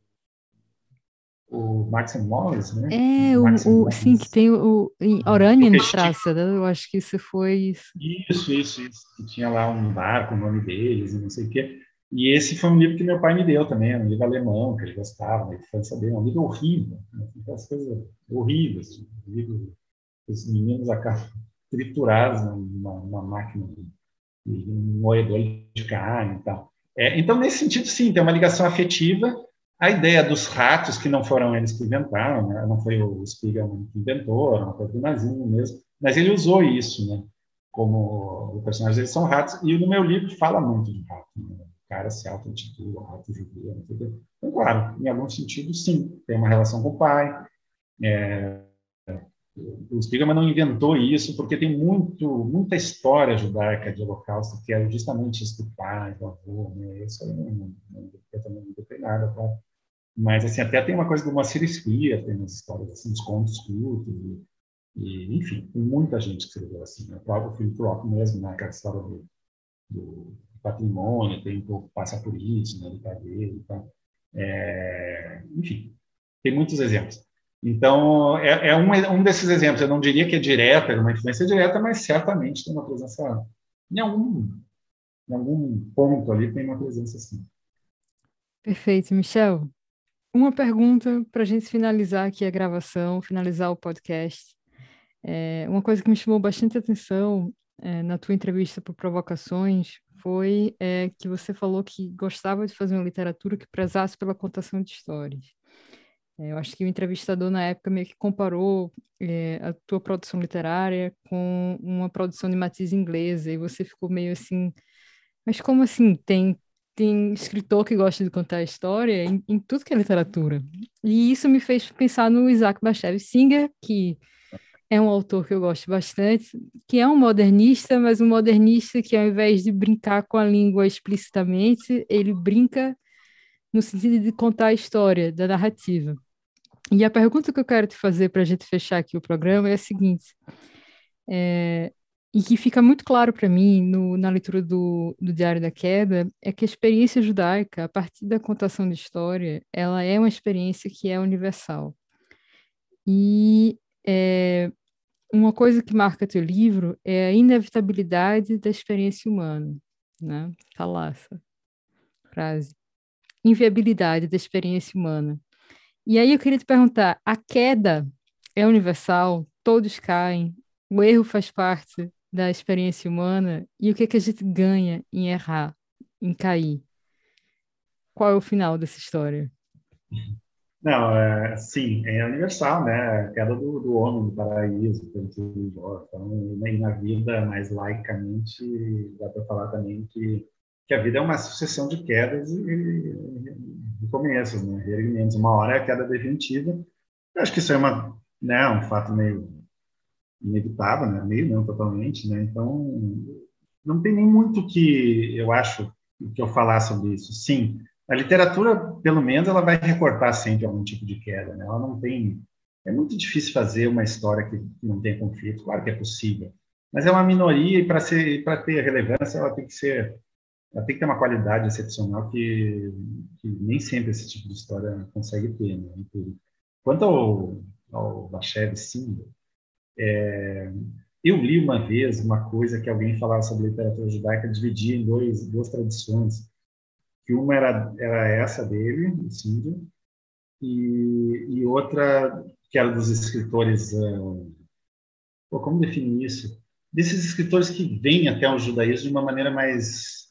o Max Morris, né?
É,
Max
o, o, sim, que
Morris.
tem o, em Oranienstraße, né? Eu acho que isso foi isso.
Isso, isso, isso. Que tinha lá um bar com o nome deles e não sei o quê. E esse foi um livro que meu pai me deu também, um livro alemão, que ele gostava, da infância dele, um livro horrível, né? Aquelas coisas horríveis, um livro que os meninos acabam triturados numa, numa máquina, de, de um moedor de carne e tal. É, então, nesse sentido, sim, tem uma ligação afetiva. A ideia dos ratos, que não foram eles que inventaram, né? Não foi o Spiegelman que inventou, era uma coisa do nazismo mesmo, mas ele usou isso, né? Como os personagens eles são ratos, e no meu livro fala muito de rato, né? O cara se auto-intitula rato judeu, não sei o quê. Então, claro, em algum sentido, sim, tem uma relação com o pai. É, o Spiegelman não inventou isso, porque tem muito, muita história judaica de Holocausto que é justamente isso do pai, do avô, né? Isso aí não, não, não, eu também não tem nada, tá? Mas, assim, até tem uma coisa do Moacir Spia, tem umas histórias, assim, dos contos curtos, e, e, enfim, tem muita gente que escreveu assim, né? O próprio Philip Roth mesmo, né? Aquela história do, do patrimônio, tem um pouco passa por isso, né? Do pai dele, então, é, enfim, tem muitos exemplos. Então, é, é um, um desses exemplos. Eu não diria que é direta, é uma influência direta, mas certamente tem uma presença, em algum, em algum ponto ali, tem uma presença assim.
Perfeito, Michel. Uma pergunta para a gente finalizar aqui a gravação, finalizar o podcast. É, uma coisa que me chamou bastante atenção é, na tua entrevista por Provocações foi é, que você falou que gostava de fazer uma literatura que prezasse pela contação de histórias. É, eu acho que o entrevistador na época meio que comparou é, a tua produção literária com uma produção de matriz inglesa, e você ficou meio assim, mas como assim? Tem, tem escritor que gosta de contar a história em, em tudo que é literatura. E isso me fez pensar no Isaac Bashevis Singer, que é um autor que eu gosto bastante, que é um modernista, mas um modernista que, ao invés de brincar com a língua explicitamente, ele brinca no sentido de contar a história, da narrativa. E a pergunta que eu quero te fazer para a gente fechar aqui o programa é a seguinte, é, e que fica muito claro para mim no, na leitura do, do Diário da Queda, é que a experiência judaica, a partir da contação de história, ela é uma experiência que é universal. E é, uma coisa que marca teu livro é a inevitabilidade da experiência humana, né? Tá lá essa frase. Inviabilidade da experiência humana. E aí eu queria te perguntar, a queda é universal? Todos caem? O erro faz parte da experiência humana? E o que é que a gente ganha em errar, em cair? Qual é o final dessa história?
Não, é, sim, é universal, né? A queda do, do homem do paraíso, pelo que embora. Então, e na vida, mais laicamente, dá para falar também que, que a vida é uma sucessão de quedas e, e, e começos, né? Reerguimentos. Uma hora é a queda definitiva. Eu acho que isso é uma, né, um fato meio inevitável, né? Meio não totalmente, né? Então, não tem nem muito que eu acho que eu falar sobre isso. Sim, a literatura, pelo menos, ela vai recortar sempre algum tipo de queda, né? Ela não tem... É muito difícil fazer uma história que não tenha conflito. Claro que é possível, mas é uma minoria e para ser, para ter relevância, ela tem que ser, ela tem que ter uma qualidade excepcional que, que nem sempre esse tipo de história consegue ter, né? Quanto ao, ao Bashevis Singer, é, eu li uma vez uma coisa que alguém falava sobre literatura judaica, dividia em dois, duas tradições, que uma era, era essa dele, o Singer, e, e outra que era dos escritores, uh, pô, como definir isso? Desses escritores que vêm até o judaísmo de uma maneira mais,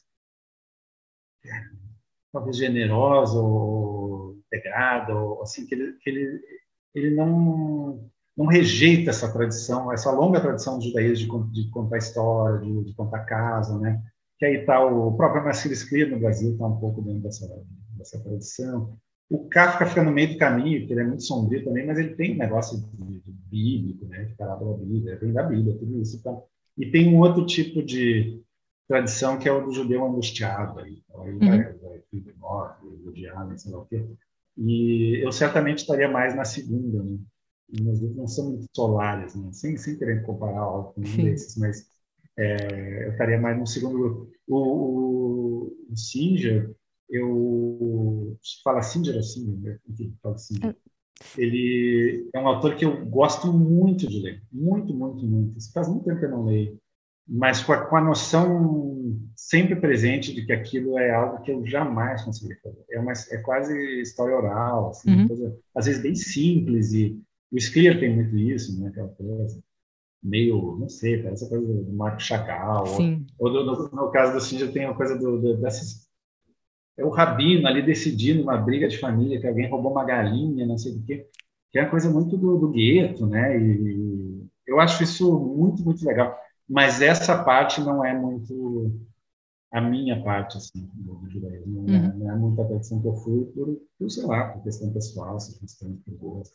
talvez, generosa ou integrada, ou assim, que ele, que ele, ele não, não rejeita essa tradição, essa longa tradição do judaísmo de, de contar história, de, de contar casa, né? que aí está o próprio Marcelo Clear no Brasil, está um pouco dentro dessa, dessa tradição. O Kafka fica no meio do caminho, porque ele é muito sombrio também, mas ele tem um negócio de, de bíblico, né, de parábola bíblica, vem da Bíblia, tudo isso. Então, e tem um outro tipo de tradição que é o do judeu angustiado, aí, então, aí uhum. vai, vai tudo morto, odiado, sei lá o quê. E eu certamente estaria mais na segunda, né? Meus livros não são muito solares, né? sem, sem querer comparar algo com um desses, mas é, eu estaria mais no segundo grupo. O, o, o Singer, eu fala Singer ou Singer, né? Fala Singer. Ele é um autor que eu gosto muito de ler, muito, muito, muito. Isso faz muito tempo que eu não leio, mas com a, com a noção sempre presente de que aquilo é algo que eu jamais consegui fazer. É, uma, é quase história oral, assim, uhum. coisa, às vezes bem simples, e o Scliar tem muito isso, né, aquela coisa meio, não sei, parece a coisa do Marco Chagall,
Sim.
ou, ou no, no caso do Singer tem a coisa do, do, dessas... É o rabino ali decidindo uma briga de família, que alguém roubou uma galinha, não sei o quê, que é uma coisa muito do, do gueto, né, e eu acho isso muito, muito legal. Mas essa parte não é muito a minha parte, assim, do judaísmo. Não, uhum. é, não é muita tradição que eu fui por, por, sei lá, por questão pessoal, questão por gosto.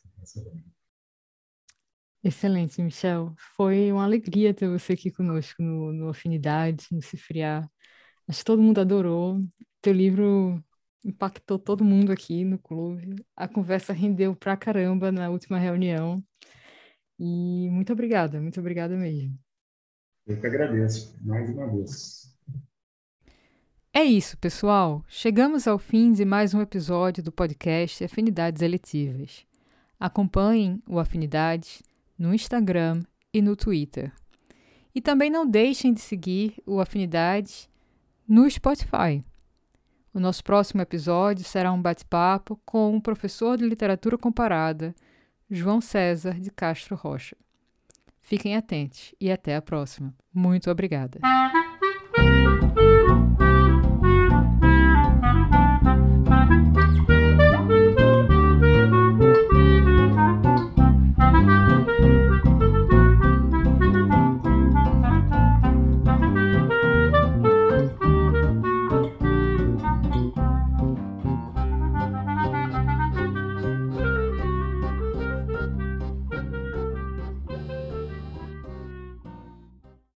Excelente, Michel. Foi uma alegria ter você aqui conosco no, no Afinidade, no Cifriar. Acho que todo mundo adorou. Teu livro impactou todo mundo aqui no clube. A conversa rendeu pra caramba na última reunião. E muito obrigada, muito obrigada mesmo.
Eu que agradeço, mais uma vez.
É isso, pessoal. Chegamos ao fim de mais um episódio do podcast Afinidades Eletivas. Acompanhem o Afinidades no Instagram e no Twitter. E também não deixem de seguir o Afinidades no Spotify. O nosso próximo episódio será um bate-papo com o professor de literatura comparada, João César de Castro Rocha. Fiquem atentos e até a próxima. Muito obrigada.